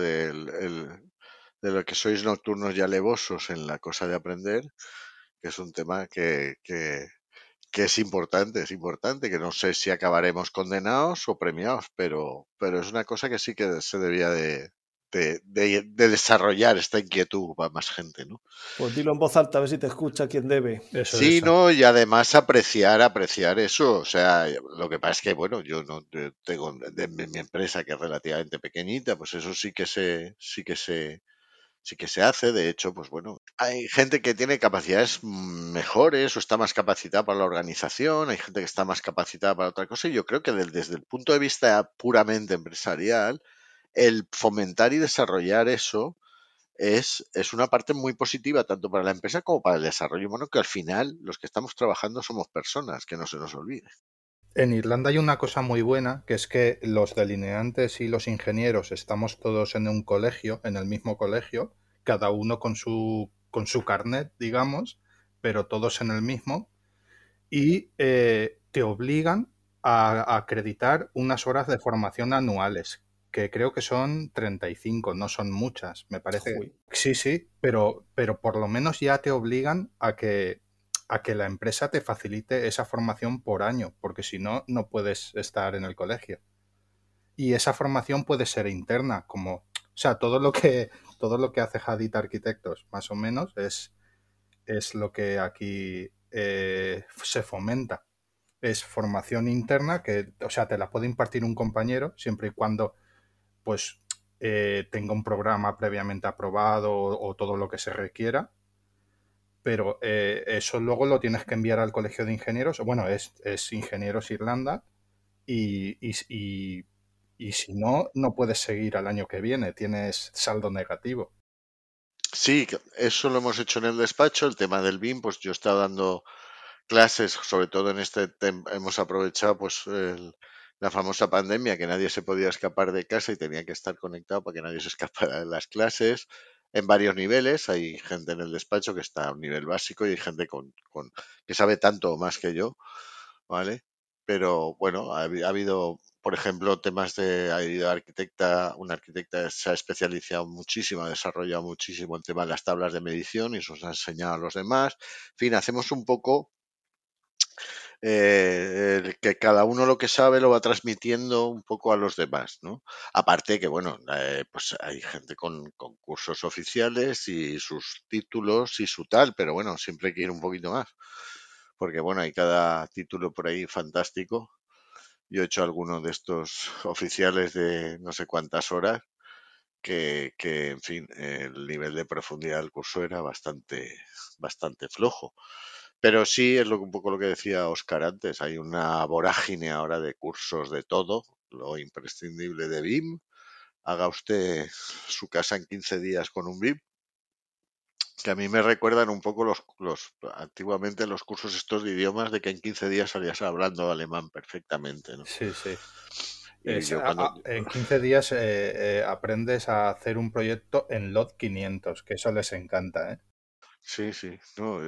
de lo que sois nocturnos y alevosos en la cosa de aprender, que es un tema que es importante, que no sé si acabaremos condenados o premiados, pero es una cosa que sí que se debía de desarrollar esta inquietud para más gente, ¿no? Pues dilo en voz alta a ver si te escucha quien debe. Sí, Eso. no, y además apreciar eso. O sea, lo que pasa es que, bueno, yo no tengo de mi empresa que es relativamente pequeñita, pues eso sí que se hace. De hecho, pues bueno, hay gente que tiene capacidades mejores o está más capacitada para la organización, hay gente que está más capacitada para otra cosa, y yo creo que desde el punto de vista puramente empresarial, el fomentar y desarrollar eso es una parte muy positiva tanto para la empresa como para el desarrollo humano, que al final los que estamos trabajando somos personas, que no se nos olvide. En Irlanda hay una cosa muy buena, que es que los delineantes y los ingenieros estamos todos en un colegio, en el mismo colegio, cada uno con su carnet, digamos, pero todos en el mismo, y te obligan a acreditar unas horas de formación anuales, que creo que son 35, no son muchas, me parece. Uy, Sí, sí, pero por lo menos ya te obligan a que la empresa te facilite esa formación por año, porque si no, no puedes estar en el colegio. Y esa formación puede ser interna, o sea, todo lo que hace Hadit Arquitectos, más o menos, es lo que aquí se fomenta. Es formación interna que, o sea, te la puede impartir un compañero siempre y cuando, pues, tenga un programa previamente aprobado o todo lo que se requiera, pero eso luego lo tienes que enviar al Colegio de Ingenieros. Bueno, es Ingenieros Irlanda y y si no, no puedes seguir al año que viene, tienes saldo negativo. Sí, eso lo hemos hecho en el despacho, el tema del BIM, pues yo he estado dando clases, sobre todo en hemos aprovechado pues la famosa pandemia, que nadie se podía escapar de casa y tenía que estar conectado para que nadie se escapara de las clases, en varios niveles. Hay gente en el despacho que está a un nivel básico y hay gente que sabe tanto o más que yo, ¿vale? Pero bueno, ha habido, por ejemplo, temas de ha habido una arquitecta se ha especializado muchísimo, ha desarrollado muchísimo el tema de las tablas de medición y eso nos ha enseñado a los demás. En fin, hacemos un poco que cada uno lo que sabe lo va transmitiendo un poco a los demás, ¿no? Aparte que, bueno, pues hay gente con cursos oficiales y sus títulos y su tal, pero bueno, siempre hay que ir un poquito más, porque bueno, hay cada título por ahí fantástico. Yo he hecho alguno de estos oficiales de no sé cuántas horas, en fin, el nivel de profundidad del curso era bastante flojo. Pero sí, es un poco lo que decía Oscar antes, hay una vorágine ahora de cursos de todo, lo imprescindible de BIM. Haga usted su casa en 15 días con un BIM, que a mí me recuerdan un poco antiguamente los cursos estos de idiomas de que en 15 días salías hablando alemán perfectamente, ¿no? Sí, sí. Y yo cuando... En 15 días aprendes a hacer un proyecto en LOT 500, que eso les encanta, ¿eh? Sí, sí, no,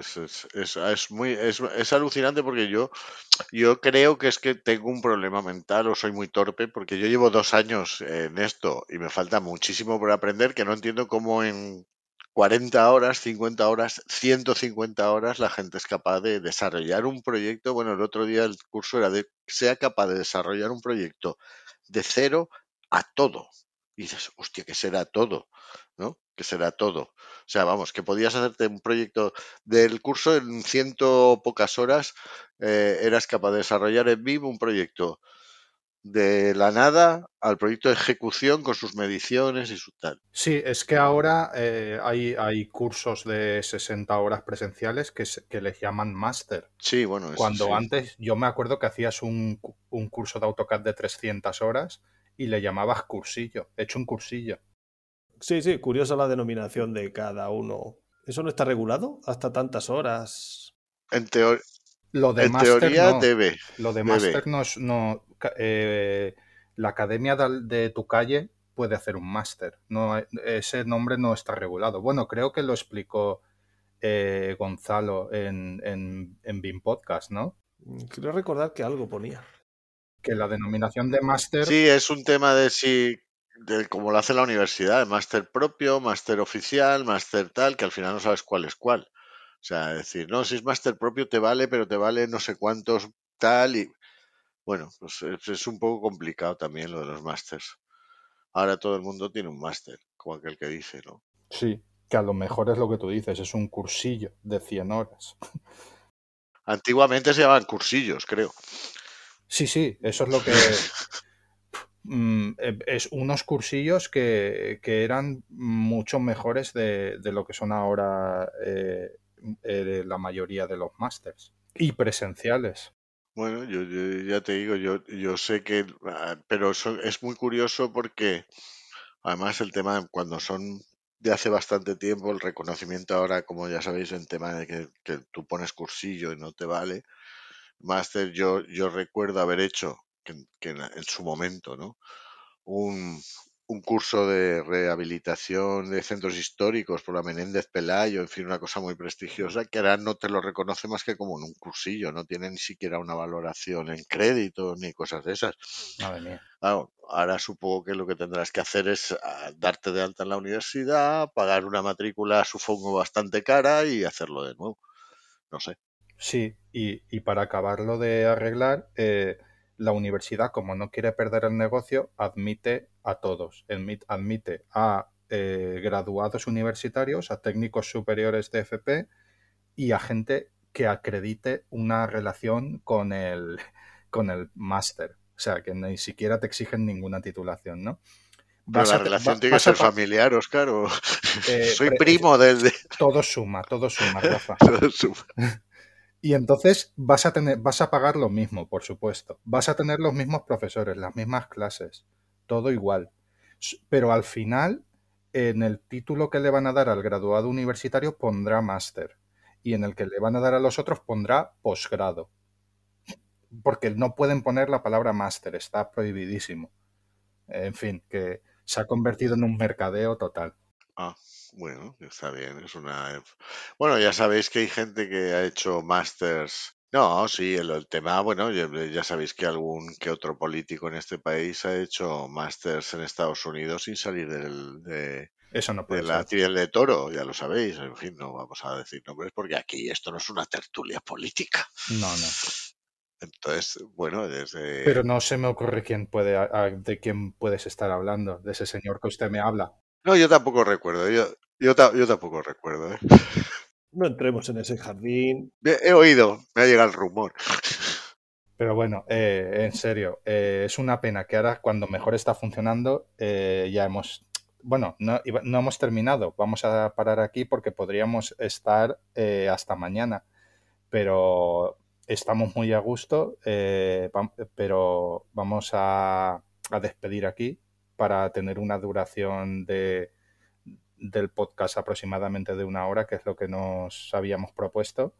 es alucinante porque yo creo que es que tengo un problema mental o soy muy torpe porque yo llevo 2 años en esto y me falta muchísimo por aprender que no entiendo cómo en 40 horas, 50 horas, 150 horas la gente es capaz de desarrollar un proyecto. Bueno, el otro día el curso era de sea capaz de desarrollar un proyecto de cero a todo. Y dices, hostia, ¿qué será todo? ¿No? ¿Qué será todo? O sea, vamos, que podías hacerte un proyecto del curso en ciento pocas horas, eras capaz de desarrollar en vivo un proyecto de la nada al proyecto de ejecución con sus mediciones y su tal. Sí, es que ahora hay cursos de 60 horas presenciales que les llaman máster. Sí, bueno, eso Cuando sí. antes yo me acuerdo que hacías un curso de AutoCAD de 300 horas y le llamabas cursillo. He hecho un cursillo. Sí, sí, curiosa la denominación de cada uno. ¿Eso no está regulado? ¿Hasta tantas horas? En, teo- Lo de en máster teoría no. debe, Lo de debe. máster no es. No, la academia de tu calle puede hacer un máster. No, ese nombre no está regulado. Bueno, creo que lo explicó Gonzalo en BIM Podcast, ¿no? Quiero recordar que algo ponía. Que la denominación de máster. Sí, es un tema de si, de cómo lo hace la universidad, de máster propio, máster oficial, máster tal, que al final no sabes cuál es cuál. O sea, decir, no, si es máster propio te vale, pero te vale no sé cuántos tal y bueno, pues es un poco complicado también lo de los másters. Ahora todo el mundo tiene un máster, como aquel que dice, ¿no? Sí, que a lo mejor es lo que tú dices, es un cursillo de 100 horas. Antiguamente se llamaban cursillos, creo. Sí, sí, eso es lo que... es unos cursillos que eran mucho mejores de lo que son ahora la mayoría de los másters. Y presenciales. Bueno, yo ya te digo, yo sé que, pero es muy curioso porque además el tema cuando son de hace bastante tiempo, el reconocimiento ahora, como ya sabéis, en tema de que tú pones cursillo y no te vale. Máster, yo recuerdo haber hecho que en su momento, ¿no? un, un curso de rehabilitación de centros históricos por la Menéndez Pelayo, en fin, una cosa muy prestigiosa, que ahora no te lo reconoce más que como en un cursillo, no tiene ni siquiera una valoración en crédito ni cosas de esas. Madre mía. Claro, ahora supongo que lo que tendrás que hacer es darte de alta en la universidad, pagar una matrícula, supongo, bastante cara y hacerlo de nuevo. No sé. Sí, y para acabarlo de arreglar, la universidad, como no quiere perder el negocio, admite a todos. Admite a graduados universitarios, a técnicos superiores de FP y a gente que acredite una relación con el máster. O sea, que ni siquiera te exigen ninguna titulación, ¿no? Pero Vas la a, relación tiene que vas a ser familiar, Oscar, o soy pre- primo del... todo suma, Rafa. su- Y entonces vas a pagar lo mismo, por supuesto. Vas a tener los mismos profesores, las mismas clases, todo igual. Pero al final, en el título que le van a dar al graduado universitario pondrá máster. Y en el que le van a dar a los otros pondrá posgrado. Porque no pueden poner la palabra máster, está prohibidísimo. En fin, que se ha convertido en un mercadeo total. Ah, bueno, está bien, es una... Bueno, ya sabéis que hay gente que ha hecho másters. No, sí, el tema, bueno, ya sabéis que algún que otro político en este país ha hecho másters en Estados Unidos sin salir Eso no de puede la ser. piel de toro, ya lo sabéis. En fin, no vamos a decir nombres porque aquí esto no es una tertulia política. No. Entonces, bueno, desde... Pero no se me ocurre de quién puedes estar hablando, de ese señor que usted me habla. No, yo tampoco recuerdo, yo tampoco recuerdo, ¿eh? No entremos en ese jardín. He oído, me ha llegado el rumor. Pero bueno, en serio, es una pena que ahora cuando mejor está funcionando ya hemos... Bueno, no hemos terminado, vamos a parar aquí porque podríamos estar hasta mañana, pero estamos muy a gusto, pero vamos a despedir aquí para tener una duración del podcast aproximadamente de 1 hora, que es lo que nos habíamos propuesto.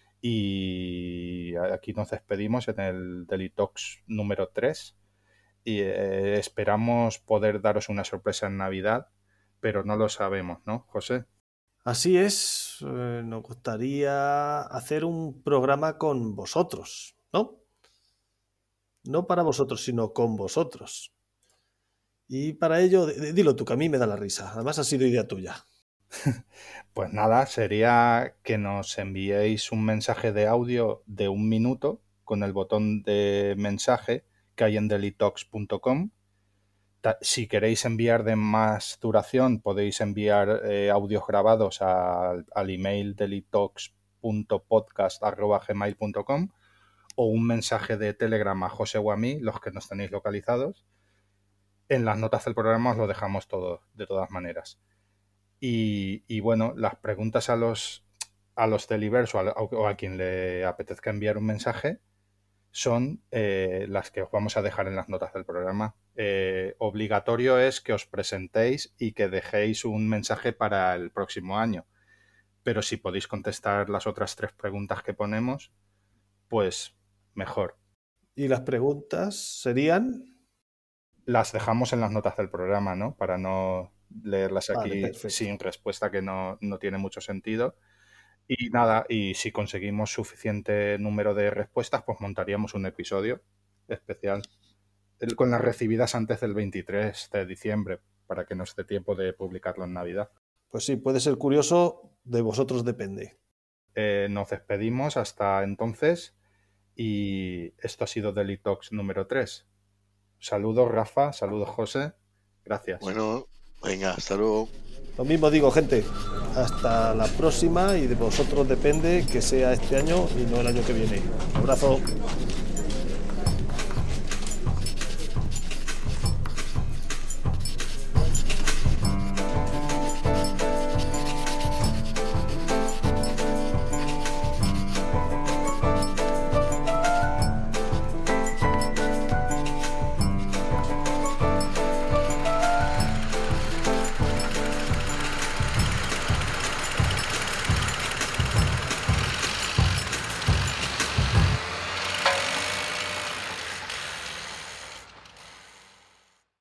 Y aquí nos despedimos en el Daily Talks número 3 y esperamos poder daros una sorpresa en Navidad, pero no lo sabemos, ¿no, José? Así es, nos gustaría hacer un programa con vosotros, ¿no? No para vosotros, sino con vosotros. Y para ello, dilo tú, que a mí me da la risa. Además ha sido idea tuya. Pues nada, sería que nos enviéis un mensaje de audio de 1 minuto con el botón de mensaje que hay en dailytalks.com. Si queréis enviar de más duración, podéis enviar audios grabados al email dailytalks.podcast@gmail.com o un mensaje de Telegram a José o a mí, los que nos tenéis localizados. En las notas del programa os lo dejamos todo, de todas maneras. Y bueno, las preguntas a los delivers o a quien le apetezca enviar un mensaje son las que os vamos a dejar en las notas del programa. Obligatorio es que os presentéis y que dejéis un mensaje para el próximo año. Pero si podéis contestar las otras 3 preguntas que ponemos, pues mejor. ¿Y las preguntas serían? Las dejamos en las notas del programa, ¿no? Para no leerlas aquí Vale, sin respuesta, que no tiene mucho sentido. Y nada, y si conseguimos suficiente número de respuestas, pues montaríamos un episodio especial con las recibidas antes del 23 de diciembre, para que nos dé tiempo de publicarlo en Navidad. Pues sí, puede ser curioso, de vosotros depende. Nos despedimos hasta entonces y esto ha sido Daily Talks número 3. Saludos, Rafa, saludos, José. Gracias. Bueno, venga, hasta luego. Lo mismo digo, gente. Hasta la próxima y de vosotros depende que sea este año y no el año que viene. Un abrazo.